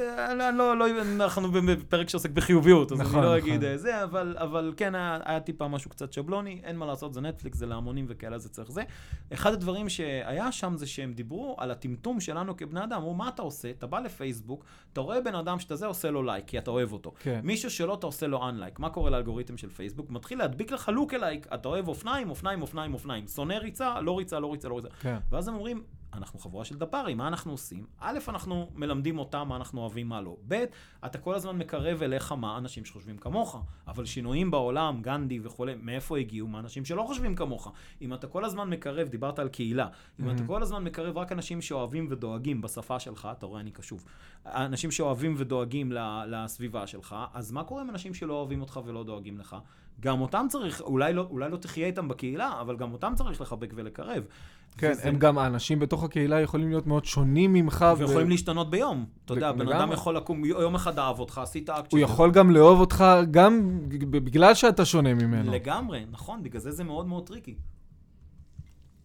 לא, לא, אנחנו בפרק שעוסק בחיוביות, אז נכון, אני לא נכון. אגיד זה, אבל, אבל כן, היה, היה טיפה משהו קצת שבלוני, אין מה לעשות, זה נטפליקס, זה להמונים וכאלה, זה צריך זה. אחד הדברים שהיה שם זה שהם דיברו על הטמטום שלנו כבני אדם, אמרו, מה אתה עושה? אתה בא לפייסבוק, אתה רואה בן אדם שאתה זה עושה לו לייק, כי אתה אוהב אותו. כן. מישהו שלא אתה עושה לו אנלייק. מה קורה לאלגוריתם של פייסבוק? מתחיל להדביק לך לוק אלייק, אתה אוהב אופניים, אופניים, אופניים, אופניים. שונא ריצה, לא ריצה, לא ריצה, לא ריצה. כן. ואז הם אומרים, אנחנו חבורה של דפרים, מה אנחנו עושים? א', אנחנו מלמדים אותם מה אנחנו אוהבים, מה לא. ב', אתה כל הזמן מקרב אליך מה אנשים שחושבים כמוך, אבל שינויים בעולם, גנדי וכו', מאיפה הגיעו? מה אנשים שלא חושבים כמוך. אם אתה כל הזמן מקרב, דיברת על קהילה, אם אתה כל הזמן מקרב רק אנשים שאוהבים ודואגים בשפה שלך, אתה רואה, אני קשוב. אנשים שאוהבים ודואגים לסביבה שלך, אז מה קורה עם אנשים שלא אוהבים אותך ולא דואגים לך? גם אותם צריך, אולי לא, אולי לא תחיה איתם בקהילה, אבל גם אותם צריך לחבק ולקרב. כן, וזה... הם גם, האנשים בתוך הקהילה יכולים להיות מאוד שונים ממך. ויכולים ו... להשתנות ביום. אתה יודע, בן אדם יכול לקום, יום אחד אהב אותך, עשית אקט. הוא יכול גם לאהוב אותך, גם בגלל שאתה שונה ממנו. לגמרי, נכון, בגלל זה זה מאוד מאוד טריקי.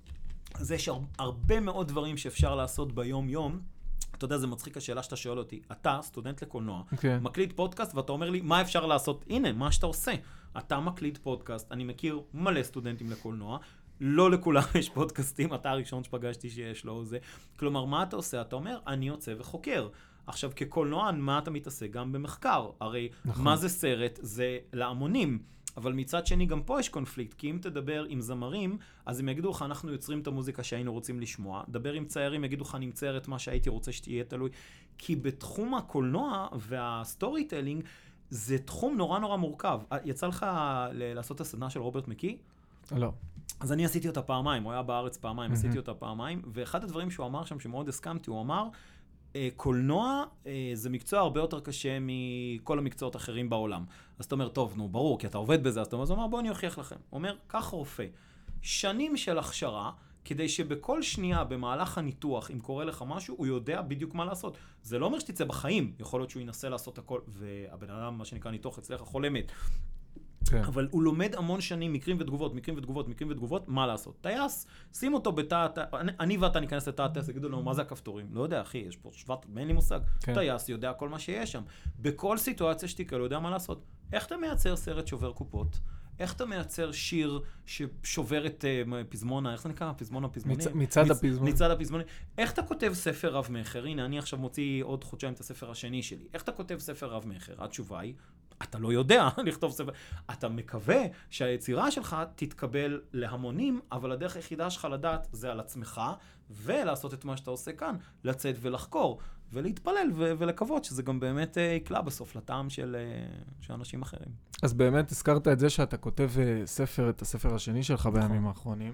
אז יש הרבה מאוד דברים שאפשר לעשות ביום-יום. אתה יודע, זה מצחיק השאלה שאתה שואל אותי. אתה, סטודנט לקולנוע, okay. מקליט פודקאסט, ואתה אומר לי, מה אפשר לעשות? הנה, מה שאתה עושה. אתה מקליט פודקאסט, אני מכיר מלא סטודנטים לקולנוע, לא לכולם יש פודקאסטים, אתה הראשון שפגשתי שיש לו זה. כלומר, מה אתה עושה? אתה אומר, אני יוצא וחוקר. עכשיו, כקולנוען, מה אתה מתעסק? גם במחקר. הרי נכון. מה זה סרט? זה להמונים. אבל מצד שני, גם פה יש קונפליקט, כי אם תדבר עם זמרים, אז הם יגידו לך, אנחנו יוצרים את המוזיקה שהיינו רוצים לשמוע. דבר עם ציירים, יגידו לך, אני מצייר את מה שהייתי רוצה שתהיה תלוי. כי בתחום הקולנוע והסטורי טלינג, זה תחום נורא נורא מורכב. יצא לך לעשות את הסדנה של רוברט מקי? לא. אז אני עשיתי אותה פעמיים, הוא היה בארץ פעמיים, עשיתי אותה פעמיים, ואחד הדברים שהוא אמר שם, שמאוד הסכמתי, הוא אמר, קולנוע זה מקצוע הרבה יותר קשה מכל המקצועות האחרים בעולם. אז אתה אומר, טוב, נו, ברור, כי אתה עובד בזה, אז אתה אומר, בוא אני אוכיח לכם. הוא אומר, כך רופא. שנים של הכשרה, כדי שבכל שנייה במהלך הניתוח, אם קורה לך משהו, הוא יודע בדיוק מה לעשות. זה לא אומר שתצא בחיים, יכול להיות שהוא ינסה לעשות הכל, והבן אדם, מה שנקרא ניתוח אצלך, חולה מת. כן. אבל הוא לומד המון שנים, מקרים ותגובות, מקרים ותגובות, מקרים ותגובות, מה לעשות? טייס, שים אותו בתא, אני, אני ואתה ניכנס לתא הטייס, יגידו לנו, מה זה הכפתורים? לא יודע, אחי, יש פה שבט, אין לי מושג. כן. טייס יודע כל מה שיש שם. בכל סיטואציה שתיקה, לא יודע מה לעשות. איך אתה מייצר סרט שובר קופות? איך אתה מייצר שיר ששובר את uh, פזמונה, איך זה נקרא? פזמונה, פזמונים? מצ, מצד מצ, הפזמונים. מצד הפזמונים. איך אתה כותב ספר רב מחר? הנה, אני עכשיו מוציא עוד חודשיים את הספר השני שלי. איך אתה כותב ספר רב מחר? התשובה היא, אתה לא יודע לכתוב ספר. אתה מקווה שהיצירה שלך תתקבל להמונים, אבל הדרך היחידה שלך לדעת זה על עצמך, ולעשות את מה שאתה עושה כאן, לצאת ולחקור, ולהתפלל ו- ולקוות שזה גם באמת יקלה בסוף לטעם של, של אנשים אחרים. אז באמת הזכרת את זה שאתה כותב ספר, את הספר השני שלך בימים האחרונים,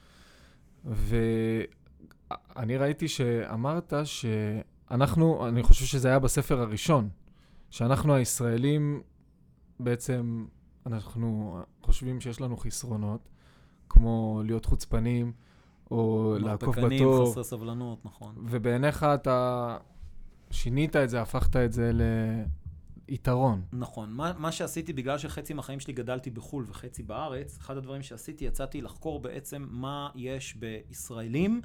ואני ראיתי שאמרת שאנחנו, אני חושב שזה היה בספר הראשון, שאנחנו הישראלים בעצם, אנחנו חושבים שיש לנו חסרונות, כמו להיות חוצפנים, או לעקוף בתור. מרפקנים, חסרי סבלנות, נכון. ובעיניך אתה שינית את זה, הפכת את זה ליתרון. נכון. מה, מה שעשיתי, בגלל שחצי מהחיים שלי גדלתי בחול וחצי בארץ, אחד הדברים שעשיתי, יצאתי לחקור בעצם מה יש בישראלים,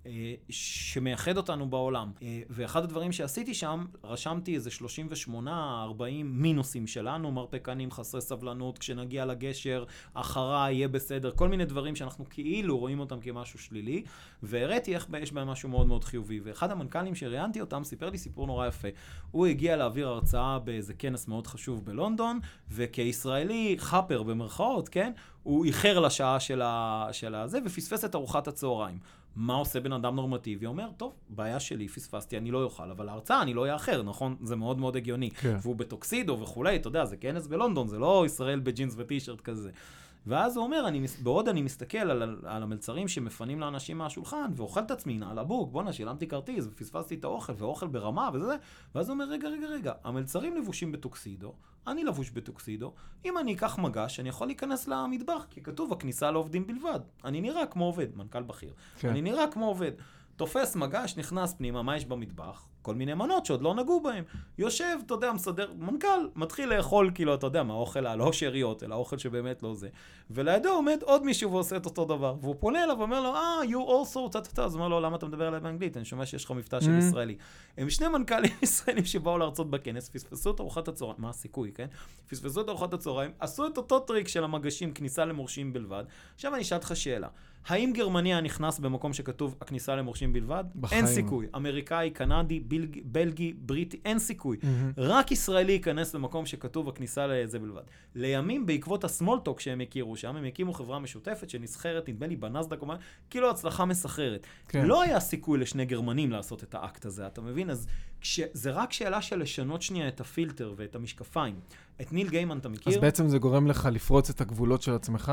שמייחד אותנו בעולם. ואחד הדברים שעשיתי שם, רשמתי איזה שלושים ושמונה ארבעים מינוסים שלנו, מרפקנים, חסרי סבלנות, כשנגיע לגשר, אחריי, יהיה בסדר, כל מיני דברים שאנחנו כאילו רואים אותם כמשהו שלילי, והראיתי איך יש בהם משהו מאוד מאוד חיובי. ואחד המנכ"לים שראיינתי אותם סיפר לי סיפור נורא יפה. הוא הגיע להעביר הרצאה באיזה כנס מאוד חשוב בלונדון, וכישראלי חפר במרכאות, כן? הוא איחר לשעה של, ה... של הזה ופספס את ארוחת הצהריים. מה עושה בן אדם נורמטיבי? אומר, טוב, בעיה שלי, פספסתי, אני לא יוכל, אבל ההרצאה אני לא אאחר, נכון? זה מאוד מאוד הגיוני. כן. והוא בטוקסידו וכולי, אתה יודע, זה כנס בלונדון, זה לא ישראל בג'ינס וטישרט כזה. ואז הוא אומר, אני, בעוד אני מסתכל על, על המלצרים שמפנים לאנשים מהשולחן, ואוכל את עצמי, נעל הבוק, בוא נשילמתי כרטיס, ופספסתי את האוכל, ואוכל ברמה וזה, ואז הוא אומר, רגע, רגע, רגע, המלצרים לבושים בטוקסידו, אני לבוש בטוקסידו, אם אני אקח מגש, אני יכול להיכנס למטבח, כי כתוב, הכניסה לעובדים בלבד. אני נראה כמו עובד, מנכ"ל בכיר. כן. אני נראה כמו עובד. תופס מגש, נכנס פנימה, מה יש במטבח? כל מיני מנות שעוד לא נגעו בהם. יושב, אתה יודע, מסדר, מנכ"ל, מתחיל לאכול, כאילו, אתה יודע, מה האוכל, לא שאריות, אלא האוכל שבאמת לא זה. ולידו עומד עוד מישהו ועושה את אותו דבר. והוא פונה אליו ואומר לו, אה, you also, תתתה, אז אומר לו, למה אתה מדבר עליי באנגלית? אני שומע שיש לך מבטא של ישראלי. הם שני מנכ"לים ישראלים שבאו להרצות בכנס, פספסו את ארוחת הצהריים, מה הסיכוי, כן? פספסו את ארוחת הצהריים, עשו את אותו טריק של המגשים, כניסה למורשים בלבד. עכשיו אני אשאל אותך שאלה. האם גרמניה נכנס במקום שכתוב הכניסה למורשים בלבד? בחיים. אין סיכוי. אמריקאי, קנדי, בלגי, בלגי, בריטי, אין סיכוי. Mm-hmm. רק ישראלי ייכנס למקום שכתוב הכניסה לזה בלבד. לימים, בעקבות הסמולטוק שהם הכירו שם, הם הקימו חברה משותפת שנסחרת, נדמה לי, בנסדק, כאילו הצלחה מסחררת. כן. לא היה סיכוי לשני גרמנים לעשות את האקט הזה, אתה מבין? אז כש... זה רק שאלה של לשנות שנייה את הפילטר ואת המשקפיים. את ניל גיימן אתה מכיר? אז בעצם זה גורם לך לפרוץ את הגבולות של עצמך?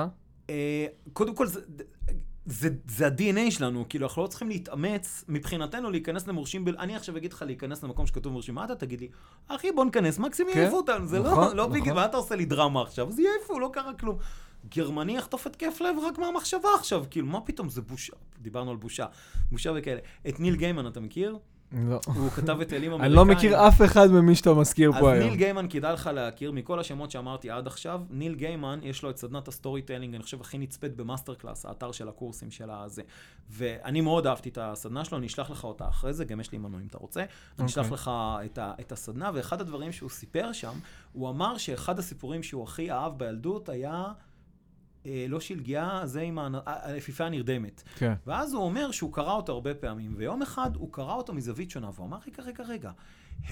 קודם כל, זה, זה, זה ה-די אן איי שלנו, כאילו אנחנו לא צריכים להתאמץ מבחינתנו להיכנס למורשים, ב... אני עכשיו אגיד לך להיכנס למקום שכתוב מורשים, מה אתה תגיד לי? אחי, בוא ניכנס, מקסימום כן? יעיפו אותנו, זה נכון, לא, לא נכון. בגלל, מה אתה עושה לי דרמה עכשיו? אז יעיפו, לא קרה כלום. גרמני יחטוף את כיף לב רק מהמחשבה עכשיו, כאילו, מה פתאום זה בושה? דיברנו על בושה, בושה וכאלה. את ניל גיימן אתה מכיר? Mm, לא. הוא כתב את אלים אמריקאים. אני לא מכיר אף אחד ממי שאתה מזכיר פה היום. אז ניל גיימן כדאי לך להכיר, מכל השמות שאמרתי עד עכשיו, ניל גיימן יש לו את סדנת הסטורי טיילינג, אני חושב הכי נצפית במאסטר קלאס, האתר של הקורסים של הזה. ואני מאוד אהבתי את הסדנה שלו, אני אשלח לך אותה אחרי זה, גם יש לי מנוי אם אתה רוצה. אני אשלח לך את, ה, את הסדנה, ואחד הדברים שהוא סיפר שם, הוא אמר שאחד הסיפורים שהוא הכי אהב בילדות היה לא שלגיה, זה עם האפיפה הנרדמת. כן. ואז הוא אומר שהוא קרא אותו הרבה פעמים, ויום אחד הוא קרא אותו מזווית שונה, והוא אמר, רגע, רגע, רגע, her uh,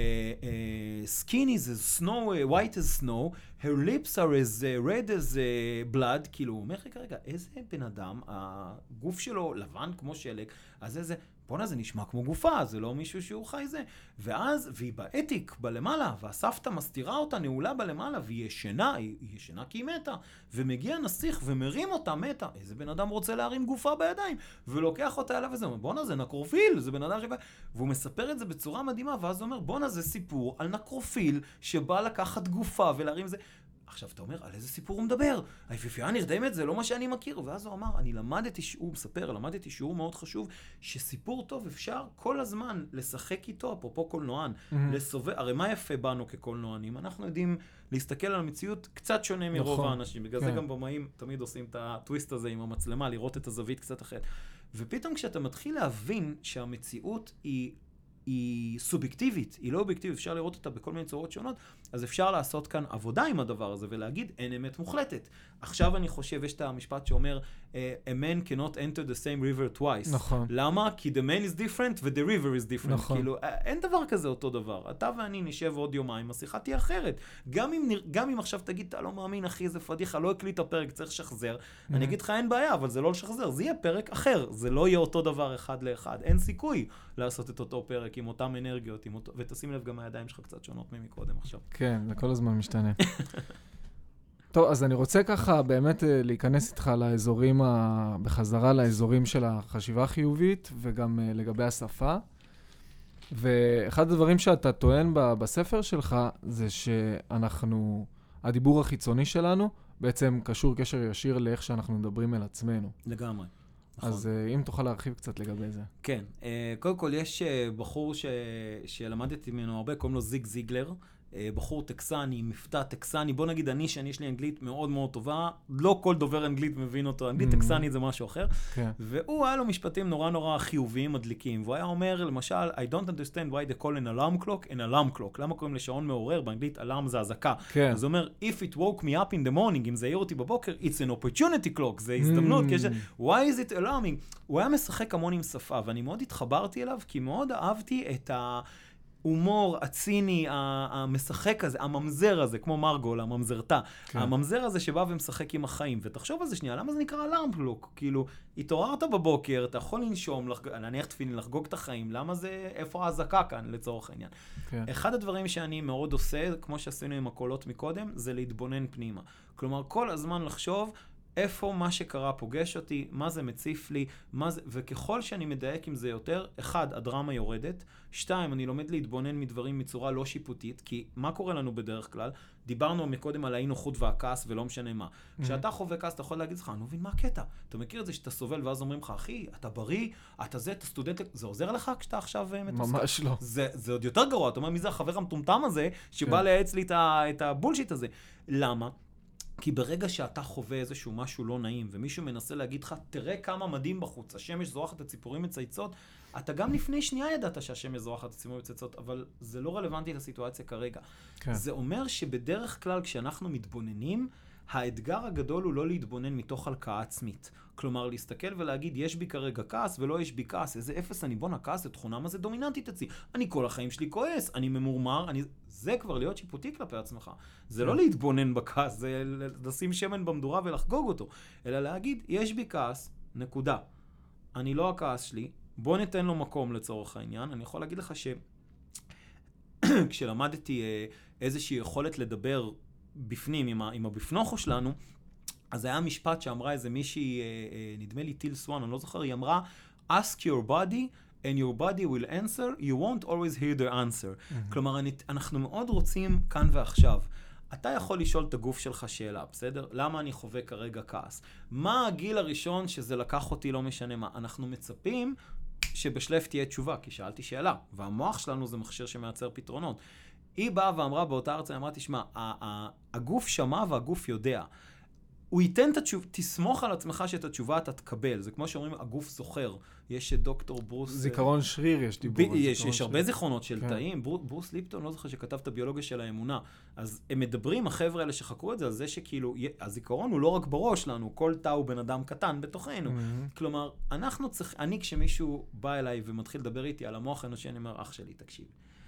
uh, skin is as snow, uh, white as snow, her lips are as uh, red as uh, blood, כאילו, הוא אומר, רגע, רגע, איזה בן אדם, הגוף שלו לבן כמו שלג, אז איזה, בונה, זה נשמע כמו גופה, זה לא מישהו שהוא חי זה. ואז, והיא באתיק, בלמעלה, והסבתא מסתירה אותה, נעולה בלמעלה, והיא ישנה, היא ישנה כי היא מתה, ומגיע נסיך ומרים אותה, מתה. איזה בן אדם רוצה להרים גופה בידיים, ולוקח אותה אליו וזה, בונה, זה נקרופיל, זה בן אדם שבא, והוא מספר את זה בצורה מדהימה, ואז הוא אומר, בונה, זה סיפור על נקרופיל, שבא לקחת גופה ולהרים זה. עכשיו, אתה אומר, על איזה סיפור הוא מדבר? היפיפייה נרדמת, זה לא מה שאני מכיר. ואז הוא אמר, אני למדתי, הוא מספר, למדתי שיעור מאוד חשוב, שסיפור טוב אפשר כל הזמן לשחק איתו, אפרופו קולנוען, mm-hmm. לסובב, הרי מה יפה בנו כקולנוענים? אנחנו יודעים להסתכל על המציאות קצת שונה מרוב נכון. האנשים. בגלל כן. זה גם במאים תמיד עושים את הטוויסט הזה עם המצלמה, לראות את הזווית קצת אחרת. ופתאום כשאתה מתחיל להבין שהמציאות היא היא סובייקטיבית, היא לא אובייקטיבית, אפשר לראות אותה בכל מיני צורות שונות, אז אפשר לעשות כאן עבודה עם הדבר הזה ולהגיד, אין אמת מוחלטת. עכשיו אני חושב, יש את המשפט שאומר, a man cannot enter the same river twice. נכון. למה? כי the man is different ו-the river is different. נכון. כאילו, אין דבר כזה אותו דבר. אתה ואני נשב עוד יומיים, השיחה תהיה אחרת. גם אם, גם אם עכשיו תגיד, אתה לא מאמין, אחי, זה פדיחה, לא הקליט הפרק, צריך לשחזר. Mm-hmm. אני אגיד לך, אין בעיה, אבל זה לא לשחזר. זה יהיה פרק אחר. זה לא יהיה אותו דבר אחד לאחד. אין סיכוי לעשות את אותו פרק עם אותם אנרגיות, עם אותו... ותשים לב גם הידיים שלך קצת שונות ממקודם עכשיו. כן, זה כל הזמן משתנה. טוב, אז אני רוצה ככה באמת להיכנס איתך לאזורים, ה... בחזרה לאזורים של החשיבה החיובית, וגם לגבי השפה. ואחד הדברים שאתה טוען ב... בספר שלך, זה שאנחנו, הדיבור החיצוני שלנו, בעצם קשור קשר ישיר לאיך שאנחנו מדברים אל עצמנו. לגמרי. אז אם תוכל להרחיב קצת לגבי זה. כן. קודם כל, יש בחור ש... שלמדתי ממנו הרבה, קוראים לו זיג זיגלר, בחור טקסני, מבטא טקסני, בוא נגיד אני, שאני יש לי אנגלית מאוד מאוד טובה, לא כל דובר אנגלית מבין אותו, אנגלית טקסני זה משהו אחר, והוא היה לו משפטים נורא נורא חיוביים, מדליקים, והוא היה אומר, למשל, I don't understand why they call an alarm clock an alarm clock, למה קוראים לשעון מעורר? באנגלית אלארם זה הזקה. אז הוא אומר, if it woke me up in the morning, אם זה העיר אותי בבוקר, it's an opportunity clock, זה הזדמנות, why is it alarming? הוא היה משחק המון עם שפה, ואני מאוד התחברתי אליו, כי מאוד אהבתי את ה... הומור, הציני, המשחק הזה, הממזר הזה, כמו מרגול, הממזרתה, כן. הממזר הזה שבא ומשחק עם החיים. ותחשוב על זה שנייה, למה זה נקרא אלארם קלוק? כאילו, התעוררת בבוקר, אתה יכול לנשום, להניח תפילין, לחגוג את החיים, למה זה, איפה ההזקה כאן, לצורך העניין? כן. אחד הדברים שאני מאוד עושה, כמו שעשינו עם הקולות מקודם, זה להתבונן פנימה. כלומר, כל הזמן לחשוב, איפה מה שקרה פוגש אותי, מה זה מציף לי, מה זה, וככל שאני מדייק עם זה יותר, אחד, הדרמה יורדת, שתיים, אני לומד להתבונן מדברים מצורה לא שיפוטית, כי מה קורה לנו בדרך כלל? דיברנו מקודם על האי-נוחות והכעס ולא משנה מה. Mm-hmm. כשאתה חווה כעס, אתה יכול להגיד לך, אני לא מבין מה הקטע. אתה מכיר את זה שאתה סובל ואז אומרים לך, אחי, אתה בריא, אתה זה, אתה סטודנט, זה עוזר לך כשאתה עכשיו מתוסכל? ממש לא. זה, זה עוד יותר גרוע, אתה אומר, מי זה החבר המטומטם הזה, שבא כן. להאץ לי את הבולשיט הזה. למה? כי ברגע שאתה חווה איזשהו משהו לא נעים, ומישהו מנסה להגיד לך, תראה כמה מדהים בחוץ, השמש זורחת, הציפורים מצייצות, אתה גם לפני שנייה ידעת שהשמש זורחת, הציפורים מצייצות, אבל זה לא רלוונטי לסיטואציה כרגע. כן. זה אומר שבדרך כלל כשאנחנו מתבוננים, האתגר הגדול הוא לא להתבונן מתוך הלקאה עצמית. כלומר, להסתכל ולהגיד, יש בי כרגע כעס ולא יש בי כעס. איזה אפס אני בונה כעס, זה תכונה מה זה דומיננטית אצלי. אני כל החיים שלי כועס, אני ממורמר, אני... זה כבר להיות שיפוטי כלפי עצמך. זה לא להתבונן בכעס, זה לשים שמן במדורה ולחגוג אותו. אלא להגיד, יש בי כעס, נקודה. אני לא הכעס שלי, בוא ניתן לו מקום לצורך העניין. אני יכול להגיד לך ש... כשלמדתי איזושהי יכולת לדבר בפנים, עם, ה, עם הבפנוכו שלנו, אז היה משפט שאמרה איזה מישהי, נדמה לי טיל סואן, אני לא זוכר, היא אמרה, ask your body and your body will answer, you won't always hear the answer. Mm-hmm. כלומר, אני, אנחנו מאוד רוצים כאן ועכשיו. אתה יכול לשאול את הגוף שלך שאלה, בסדר? למה אני חווה כרגע כעס? מה הגיל הראשון שזה לקח אותי לא משנה מה? אנחנו מצפים שבשלב תהיה תשובה, כי שאלתי שאלה, והמוח שלנו זה מכשיר שמייצר פתרונות. היא באה ואמרה באותה הרצאה, אמרה, תשמע, הגוף שמע והגוף יודע. הוא ייתן את התשובה, תסמוך על עצמך שאת התשובה אתה תקבל. זה כמו שאומרים, הגוף זוכר. יש דוקטור ברוס... זיכרון שריר יש דיבור. יש, יש הרבה זיכרונות של תאים. ברוס ליפטון, לא זוכר שכתב את הביולוגיה של האמונה. אז הם מדברים, החבר'ה האלה שחקרו את זה, על זה שכאילו, הזיכרון הוא לא רק בראש לנו, כל תא הוא בן אדם קטן בתוכנו. כלומר, אנחנו צריכים, אני כשמישהו בא אליי ומתחיל לדבר איתי על המוח האנושי, אני אומר, אח שלי, תקשיב.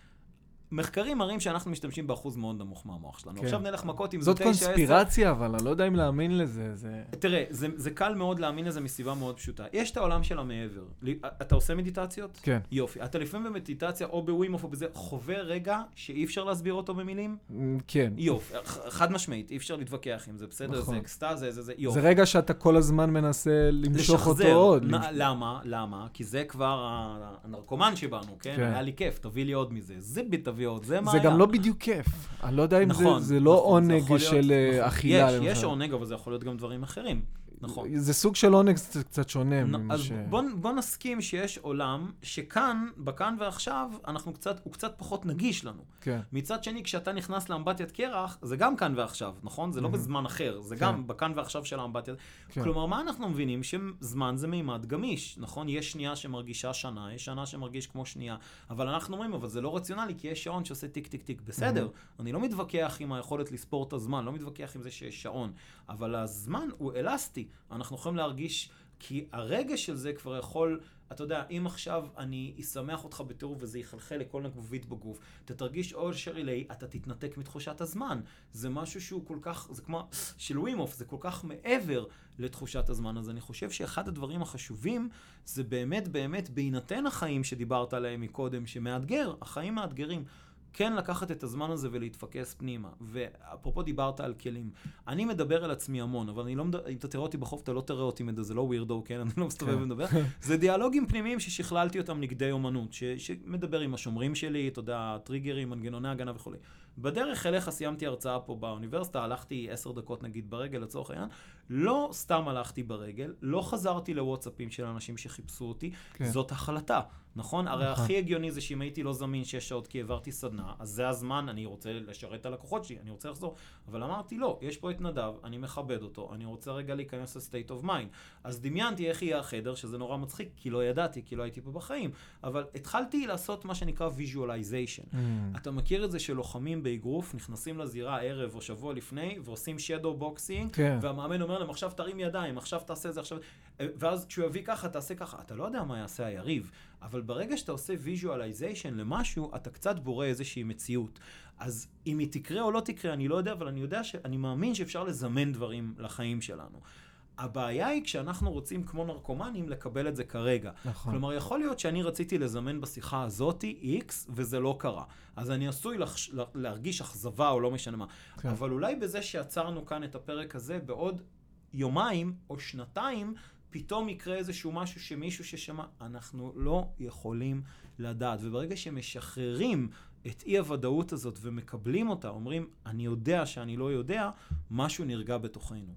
מחקרים מראים שאנחנו משתמשים באחוז מאוד נמוך מהמוח שלנו. עכשיו נלך מכות עם זה זאת קונספירציה, אבל אני לא יודע אם להאמין לזה. תראה, זה קל מאוד להאמין לזה מסיבה מאוד פשוטה. יש את העולם של המעבר. אתה עושה מדיטציות? כן. יופי. אתה לפעמים במדיטציה או בווימוף או בזה, חווה רגע שאי אפשר להסביר אותו במילים? כן. יופי. חד משמעית, אי אפשר להתווכח עם זה. בסדר, זה אקסטאזה, זה זה, יופי. זה רגע שאתה כל הזמן מנסה למשוך אותו עוד. למה? למה? כי זה כבר הנרקומן שבנו, כן? היה לי כיף, תביא לי עוד מזה. זה תביא עוד. זה גם לא בדיוק כיף. אני לא יודע אם זה לא עונג של אכילה. יש עונג, אבל זה יכול להיות גם דברים אחרים. נכון. זה סוג של עונג קצת שונה. אז בוא נסכים שיש עולם שכאן, בכאן ועכשיו, אנחנו קצת, הוא קצת פחות נגיש לנו. כן. מצד שני, כשאתה נכנס לאמבטיית קרח, זה גם כאן ועכשיו, נכון? זה לא בזמן אחר, זה גם בכאן ועכשיו של האמבטיית. כלומר, מה אנחנו מבינים? שזמן זה מימד גמיש, נכון? יש שנייה שמרגישה שנה, יש שנה שמרגיש כמו שנייה, אבל אנחנו אומרים, אבל זה לא רציונלי, כי יש שעון שעושה טיק טיק טיק. בסדר, אני לא מתווכח עם היכולת לספור את הזמן, לא מתווכח עם זה שיש שעון, אבל הזמן הוא אלסטי. אנחנו יכולים להרגיש, כי הרגש של זה כבר יכול, אתה יודע, אם עכשיו אני אשמח אותך בטירוף וזה יחלחל לכל נקבובית בגוף, אתה תרגיש עוד שרילי, אתה תתנתק מתחושת הזמן. זה משהו שהוא כל כך, זה כמו של ווימוף, זה כל כך מעבר לתחושת הזמן. אז אני חושב שאחד הדברים החשובים, זה באמת באמת בהינתן החיים שדיברת עליהם מקודם, שמאתגר, החיים מאתגרים. כן לקחת את הזמן הזה ולהתפקס פנימה. ואפרופו דיברת על כלים. אני מדבר על עצמי המון, אבל אני לא מדבר, אם אתה תראה אותי בחוף, אתה לא תראה אותי מדבר, זה לא ווירדו, כן? אני לא מסתובב ומדבר. זה דיאלוגים פנימיים ששכללתי אותם נגדי אומנות, ש- שמדבר עם השומרים שלי, אתה יודע, טריגרים, מנגנוני הגנה וכו'. בדרך אליך סיימתי הרצאה פה באוניברסיטה, הלכתי עשר דקות נגיד ברגל לצורך העניין, לא סתם הלכתי ברגל, לא חזרתי לוואטסאפים של אנשים שחיפשו אותי, כן. זאת החלטה, נכון? הרי נכון. הכי הגיוני זה שאם הייתי לא זמין שש שעות כי העברתי סדנה, אז זה הזמן, אני רוצה לשרת את הלקוחות שלי, אני רוצה לחזור, אבל אמרתי לא, יש פה את נדב, אני מכבד אותו, אני רוצה רגע להיכנס ל-state of mind, אז דמיינתי איך יהיה החדר, שזה נורא מצחיק, כי לא ידעתי, כי לא הייתי פה בחיים, אבל התחלתי לעשות מה שנקרא visualization. Mm. אתה מכיר את זה שלוחמים באגרוף, נכנסים לזירה ערב או שבוע לפני, ועושים shadow boxing, כן. והמאמן אומר להם, עכשיו תרים ידיים, עכשיו תעשה זה, עכשיו... ואז כשהוא יביא ככה, תעשה ככה. אתה לא יודע מה יעשה היריב, אבל ברגע שאתה עושה visualization למשהו, אתה קצת בורא איזושהי מציאות. אז אם היא תקרה או לא תקרה, אני לא יודע, אבל אני יודע שאני מאמין שאפשר לזמן דברים לחיים שלנו. הבעיה היא כשאנחנו רוצים כמו נרקומנים לקבל את זה כרגע. נכון. כלומר, יכול להיות שאני רציתי לזמן בשיחה הזאת X, וזה לא קרה. אז אני עשוי לחש... להרגיש אכזבה או לא משנה מה. כן. אבל אולי בזה שעצרנו כאן את הפרק הזה, בעוד יומיים או שנתיים, פתאום יקרה איזשהו משהו שמישהו ששמע, אנחנו לא יכולים לדעת. וברגע שמשחררים את אי הוודאות הזאת ומקבלים אותה, אומרים, אני יודע שאני לא יודע, משהו נרגע בתוכנו.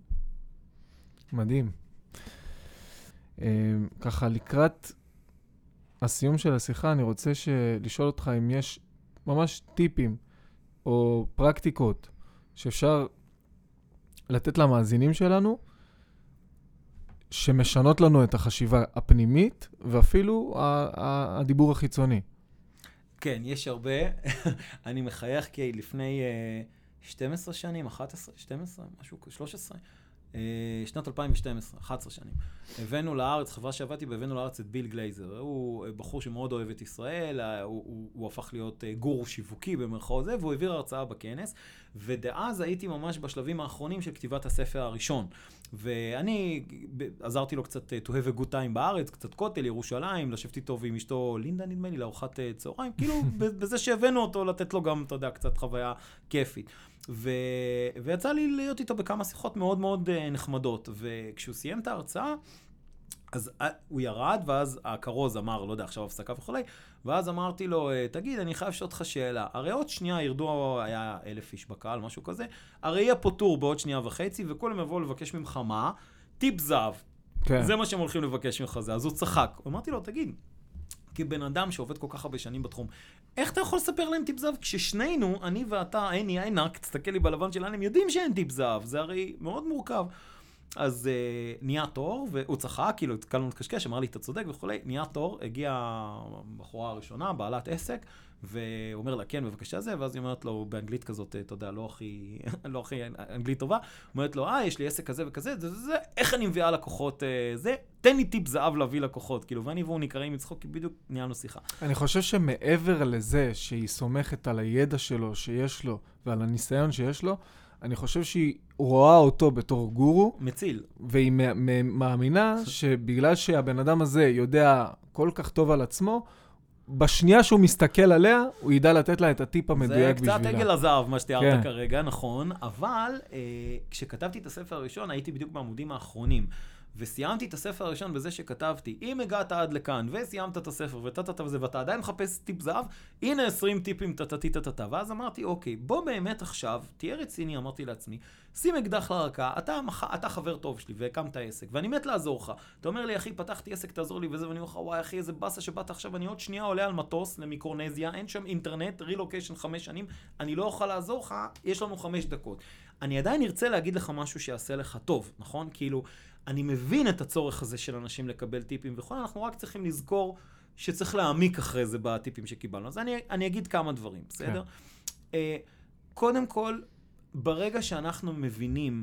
מדהים. ככה, לקראת הסיום של השיחה, אני רוצה לשאול אותך אם יש ממש טיפים או פרקטיקות שאפשר לתת למאזינים שלנו, שמשנות לנו את החשיבה הפנימית, ואפילו הדיבור החיצוני. כן, יש הרבה. אני מחייך כי לפני שתים עשרה שנים, אחת עשרה, שתים עשרה, משהו, שלוש עשרה, שנת אלפיים ושתים עשרה, אחת עשרה שנים. הבאנו לארץ, חברה שעבדתי, והבאנו לארץ את ביל גלייזר. הוא בחור שמאוד אוהב את ישראל, הוא, הוא, הוא הפך להיות גורו שיווקי במרכאות זה, והוא העביר הרצאה בכנס, ודאז הייתי ממש בשלבים האחרונים של כתיבת הספר הראשון. ואני עזרתי לו קצת to have a good time בארץ, קצת כותל, ירושלים, לשבתי טוב עם אשתו לינדה, נדמה לי, לארוחת צהריים, כאילו בזה שהבאנו אותו לתת לו גם, אתה יודע, קצת חוויה כיפית. ו... ויצא לי להיות איתו בכמה שיחות מאוד מאוד נחמדות, וכשהוא סיים את ההרצאה, אז הוא ירד, ואז הכרוז אמר, לא יודע, עכשיו הפסקה וכולי, ואז אמרתי לו, תגיד, אני חייב לשאול אותך שאלה, הרי עוד שנייה ירדו, היה אלף איש בקהל, משהו כזה, הרי יהיה פה טור בעוד שנייה וחצי, וכולם יבואו לבקש ממך מה? טיפ זהב. כן. זה מה שהם הולכים לבקש ממך זה, אז הוא צחק. אמרתי לו, תגיד, כבן אדם שעובד כל כך הרבה שנים בתחום. איך אתה יכול לספר להם טיפ זהב? כששנינו, אני ואתה, עיני עינק, תסתכל לי בלבן שלנו, הם יודעים שאין טיפ זהב, זה הרי מאוד מורכב. אז uh, נהיה תור, והוא צחק, כאילו, התקלנו לקשקש, אמר לי, אתה צודק וכו', נהיה תור, הגיעה הבחורה הראשונה, בעלת עסק, והוא אומר לה, כן, בבקשה זה, ואז היא אומרת לו, באנגלית כזאת, אתה יודע, לא הכי, לא הכי אנגלית טובה, אומרת לו, אה, יש לי עסק כזה וכזה, זה, זה, זה, איך אני מביאה לקוחות uh, זה? תן לי טיפ זהב להביא לקוחות, כאילו, ואני והוא נקראים מצחוק, כי בדיוק ניהלנו שיחה. אני חושב שמעבר לזה שהיא סומכת על הידע שלו, שיש לו, ועל הניסיון שיש לו, אני חושב שהיא רואה אותו בתור גורו. מציל. והיא מאמינה שבגלל שהבן אדם הזה יודע כל כך טוב על עצמו, בשנייה שהוא מסתכל עליה, הוא ידע לתת לה את הטיפ המדויק בשבילה. זה קצת עגל הזהב, מה שתיארת כרגע, נכון, אבל אה, כשכתבתי את הספר הראשון, הייתי בדיוק בעמודים האחרונים, וסיימתי את הספר הראשון בזה שכתבתי, אם הגעת עד לכאן וסיימת את הספר וטטטה וזה, ואתה עדיין מחפש טיפ זהב, הנה עשרים טיפים טטטי טטטה. ואז אמרתי, אוקיי, בוא באמת עכשיו, תהיה רציני, אמרתי לעצמי, שים אקדח לרקה, אתה, אתה חבר טוב שלי והקמת עסק, ואני מת לעזור לך. אתה אומר לי, אחי, פתחתי עסק, תעזור לי וזה, ואני אומר לך, וואי, אחי, איזה בסה שבאת עכשיו, אני עוד שנייה עולה על מטוס למיקרונזיה, אין שם אינטרנט, רילוקיישן חמש שנים, אני לא אוכל לעזור לך, יש לנו חמש דקות. אני עדיין ארצה להגיד לך משהו שיעשה לך טוב, נכון? כאילו, אני מבין את הצורך הזה של אנשים לקבל טיפים וכל, אנחנו רק צריכים לזכור שצריך להעמיק אחרי זה בטיפים שקיבלנו. אז אני, אני אגיד כמה דברים, בסדר? Okay. Uh, קודם כל, ברגע שאנחנו מבינים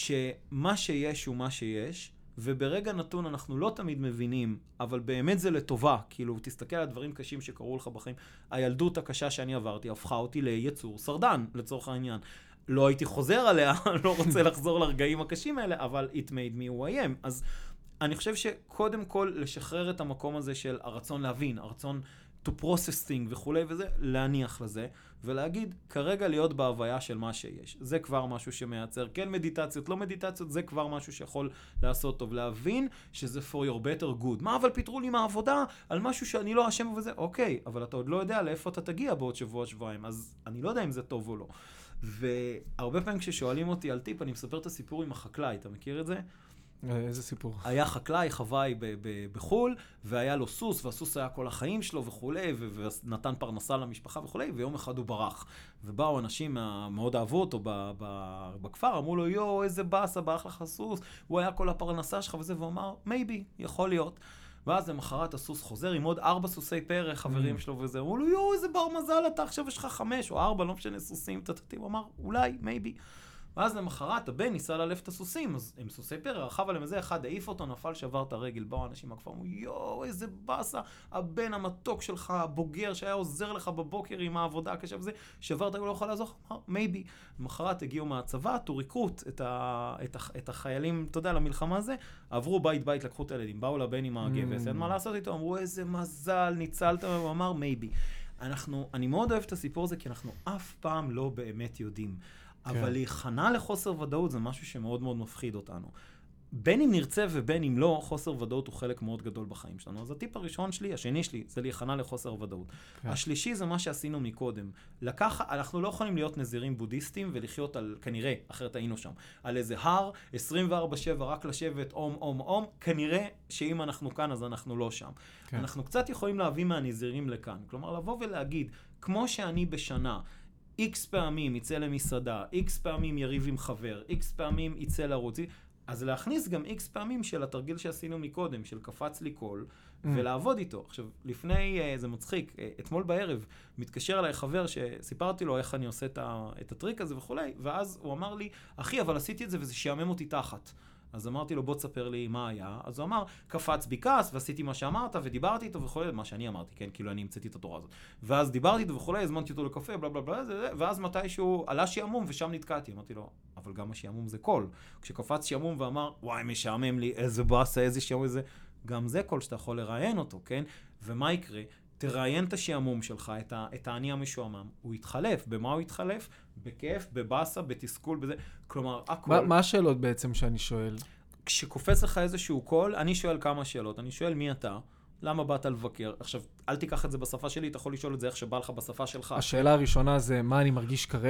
שמה שיש הוא מה שיש, וברגע נתון אנחנו לא תמיד מבינים, אבל באמת זה לטובה, כאילו, תסתכל על דברים קשים שקרו לך בחיים, הילדות הקשה שאני עברתי הפכה אותי ליצור סרדן, לצורך העניין. לא הייתי חוזר עליה, לא רוצה לחזור לרגעים הקשים האלה, אבל it made me who I am. אז אני חושב שקודם כל לשחרר את המקום הזה של הרצון להבין, הרצון to process thing וכו' וזה, להניח לזה, ולהגיד, כרגע להיות בהוויה של מה שיש. זה כבר משהו שמייצר, כן מדיטציות, לא מדיטציות, זה כבר משהו שיכול לעשות טוב. להבין שזה for your better good. מה, אבל פיתרו לי מהעבודה על משהו שאני לא אשם וזה? אוקיי, אבל אתה עוד לא יודע לאיפה אתה תגיע בעוד שבוע, שבועיים, אז אני לא יודע אם זה טוב או לא. והרבה פעמים כששואלים אותי על טיפ, אני מספר את הסיפור עם החקלאי, אתה מכיר את זה? איזה סיפור? היה חקלאי, חוואי בחול, והיה לו סוס, והסוס היה כל החיים שלו וכו', ונתן פרנסה למשפחה וכו', ויום אחד הוא ברח. ובאו אנשים מאוד אהבו אותו בכפר, אמרו לו, יו, איזה באסה, ברח לך סוס, הוא היה כל הפרנסה שלך וזה, והוא אמר, maybe, יכול להיות. ואז למחרת הסוס חוזר עם עוד ארבע סוסי פרח, חברים שלו וזה, אמרו לו, יו, איזה בר מזל, אתה עכשיו יש לך חמש או ארבע, לא משנה סוסים, תתתי, הוא אמר, אולי, maybe. ואז למחרת הבן ניסה ללף את הסוסים, אז הם סוסי פרח, רכב עליהם איזה אחד, העיף אותו, נפל, שבר את הרגל, באו אנשים מהכפר, אמרו, יו, איזה בסה, הבן המתוק שלך, הבוגר, שהיה עוזר לך בבוקר עם העבודה הקשה וזה, שבר את הרגל, לא יכול לעזור, אמר, maybe. למחרת הגיעו מהצבא, תו ריקרוט את, ה, את, ה, את החיילים, אתה יודע, למלחמה הזה, עברו בית בית, לקחו את הילדים, באו לבן עם הגבס, אין מה לעשות איתו, אמרו, איזה מזל, ניצלת, הוא אמר, maybe. אנחנו, אני מאוד אוהב את הסיפור הזה, כי אנחנו אף פעם לא באמת יודעים. אבל להיכנע לחוסר ודאות זה משהו שמאוד מאוד מפחיד אותנו. בין אם נרצה ובין אם לא, חוסר ודאות הוא חלק מאוד גדול בחיים שלנו. אז הטיפ הראשון שלי, השני שלי, זה להיכנע לחוסר ודאות. השלישי זה מה שעשינו מקודם. לקח, אנחנו לא יכולים להיות נזירים בודהיסטים ולחיות על, כנראה, אחרת היינו שם, על איזה הר, עשרים וארבע שבע רק לשבת, אום, אום, אום, כנראה שאם אנחנו כאן אז אנחנו לא שם. אנחנו קצת יכולים להביא מהנזירים לכאן. כלומר, לבוא ולהגיד, כמו שאני בשנה, איקס פעמים יצא למסעדה, איקס פעמים יריב עם חבר, איקס פעמים יצא לרוצי, אז להכניס גם איקס פעמים של התרגיל שעשינו מקודם, של קפץ לי קול, mm. ולעבוד איתו. עכשיו, לפני, זה מצחיק, אתמול בערב, מתקשר אליי חבר שסיפרתי לו איך אני עושה את הטריק הזה וכו', ואז הוא אמר לי, אחי, אבל עשיתי את זה וזה שיאמם אותי תחת. אז אמרתי לו, בוא תספר לי מה היה. אז הוא אמר, קפץ בי כעס, ועשיתי מה שאמרת, ודיברתי איתו וכו', מה שאני אמרתי, כן, כאילו אני המצאתי את התורה הזאת. ואז דיברתי איתו וכו', הזמנתי אותו לקפה, בלה בלה בלה, ואז מתישהו עלה שיעמום, ושם נתקעתי. אמרתי לו, אבל גם השיעמום זה קול. כשקפץ שיעמום ואמר, וואי, משעמם לי, איזה באסה, איזה שיעמום, איזה... גם זה קול שאתה יכול לראיין אותו, כן? ומה יקרה? תראיין את השיעמום שלך, את, ה, את העני המשועמם. הוא יתחלף. במה הוא יתחלף? בכיף, בבאסה, בתסכול, בזה. כלומר, הכל... מה, מה השאלות בעצם שאני שואל? כשקופץ לך איזשהו קול, אני שואל כמה שאלות. אני שואל מי אתה? למה באת לבקר? עכשיו, אל תיקח את זה בשפה שלי, אתה יכול לשאול את זה איך שבא לך בשפה שלך. השאלה הראשונה זה מה אני מרגיש כרגע?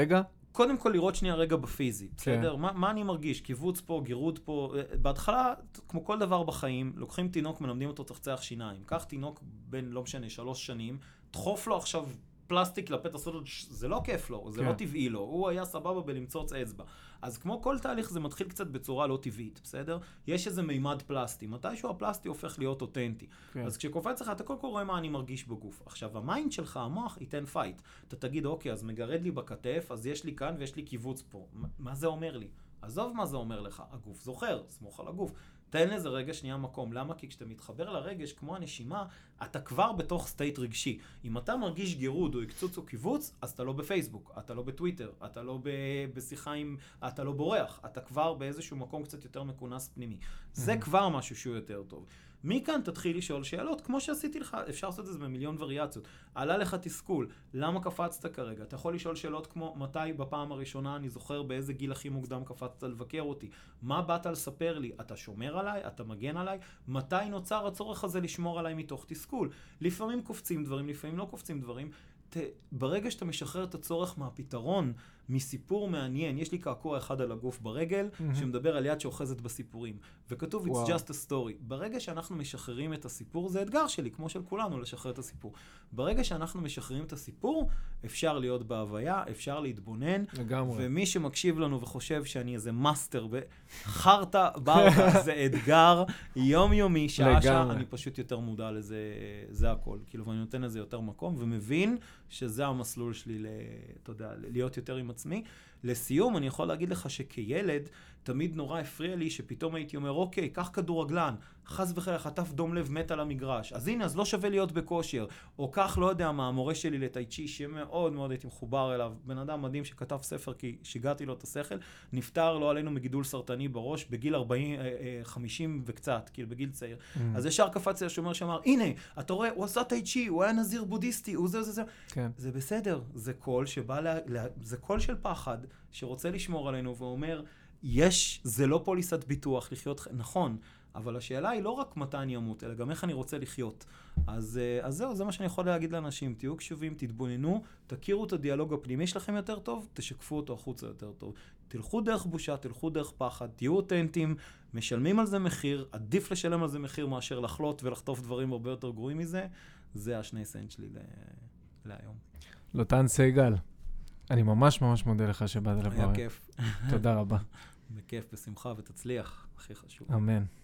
קודם כל לראות שנייה רגע בפיזי, בסדר? מה, מה אני מרגיש? קיבוץ פה, גירוד פה. בהתחלה, כמו כל דבר בחיים, לוקחים תינוק, מלמדים אותו תחצח שיניים. קח תינוק בין, לא משנה, שלוש שנים, דחוף לו עכשיו פלסטיק לפתע סודות, זה לא כיף לו, זה לא טבעי לו. הוא היה סבבה בלמצוץ אצבע. אז כמו כל תהליך זה מתחיל קצת בצורה לא טבעית, בסדר? יש איזה מימד פלסטי. מתישהו הפלסטי הופך להיות אותנטי. כן. אז כשקופץ לך, אתה כל קורא מה אני מרגיש בגוף. עכשיו, המיינד שלך, המוח, ייתן פייט. אתה תגיד, אוקיי, אז מגרד לי בכתף, אז יש לי כאן ויש לי קיבוץ פה. מה זה אומר לי? עזוב מה זה אומר לך. הגוף זוכר, סמוך על הגוף. תן לזה רגע שנייה מקום. למה? כי כשאתה מתחבר לרגש, כמו הנשימה, אתה כבר בתוך סטייט רגשי. אם אתה מרגיש גירוד או הקצוץ או קיבוץ, אז אתה לא בפייסבוק, אתה לא בטוויטר, אתה לא בשיחה עם, אתה לא בורח, אתה כבר באיזשהו מקום קצת יותר מכונס פנימי. זה כבר משהו שהוא יותר טוב. מכאן תתחיל לשאול שאלות, כמו שעשיתי לך, אפשר לעשות את זה במיליון וריאציות. עלה לך תסכול, למה קפצת כרגע? אתה יכול לשאול שאלות כמו, מתי בפעם הראשונה אני זוכר באיזה גיל הכי מוקדם קפצת לבקר אותי? מה באת לספר לי? אתה שומר עליי? אתה מגן עליי? מתי נוצר הצורך הזה לשמור עליי מתוך תסכול? לפעמים קופצים דברים, לפעמים לא קופצים דברים. ת, ברגע שאתה משחרר את הצורך מהפתרון, מסיפור מעניין, יש לי קעקוע אחד על הגוף ברגל, mm-hmm. שמדבר על יד שאוחזת בסיפורים, וכתוב, it's just a story. ברגע שאנחנו משחררים את הסיפור, זה אתגר שלי, כמו של כולנו, לשחרר את הסיפור. ברגע שאנחנו משחררים את הסיפור, אפשר להיות בהוויה, אפשר להתבונן, לגמרי. ומי שמקשיב לנו וחושב שאני איזה מאסטר בחרטה ברטה, זה אתגר יומיומי, שעה שעה, אני פשוט יותר מודע לזה, זה הכל. כאילו, ואני נותן לזה יותר מקום, ומבין שזה המסלול שלי, אתה יודע, להיות יותר עם עצמי. לסיום, אני יכול להגיד לך שכילד, תמיד נורא הפריע לי שפתאום הייתי אומר, אוקיי, קח כדורגלן, חס וחלילה, חטף דום לב מת על המגרש. אז הנה, אז לא שווה להיות בכושר. או כך, לא יודע מה, המורה שלי לטייצ'י, שמאוד מאוד הייתי מחובר אליו, בן אדם מדהים שכתב ספר כי שיגעתי לו את השכל, נפטר לא עלינו מגידול סרטני בראש, בגיל ארבעים, חמישים וקצת, כאילו בגיל צעיר. Mm. אז ישר קפץ לי השומר שאמר, הנה, אתה רואה, הוא עשה טייצ'י, הוא היה נזיר בודהיסטי, הוא זה, זה, זה. כן. זה בסדר, זה קול שבא, לה, לה, זה קול של פחד, שרוצה לשמור עלינו ואומר, יש, זה לא פוליסת ביטוח לחיות, נכון, אבל השאלה היא לא רק מתי אני אמות, אלא גם איך אני רוצה לחיות. אז, אז זהו, זה מה שאני יכול להגיד לאנשים, תהיו קשובים, תתבוננו, תכירו את הדיאלוג הפנימי שלכם יותר טוב, תשקפו אותו החוצה יותר טוב. תלכו דרך בושה, תלכו דרך פחד, תהיו אותנטיים, משלמים על זה מחיר, עדיף לשלם על זה מחיר מאשר לחלות ולחטוף דברים הרבה יותר גרועים מזה. זה השני סנט שלי להיום. לוטן סייגל, אני ממש ממש מודה לך שבאת לבוא. היה כיף. תודה רבה. בכיף, בשמחה ותצליח, הכי חשוב. אמן.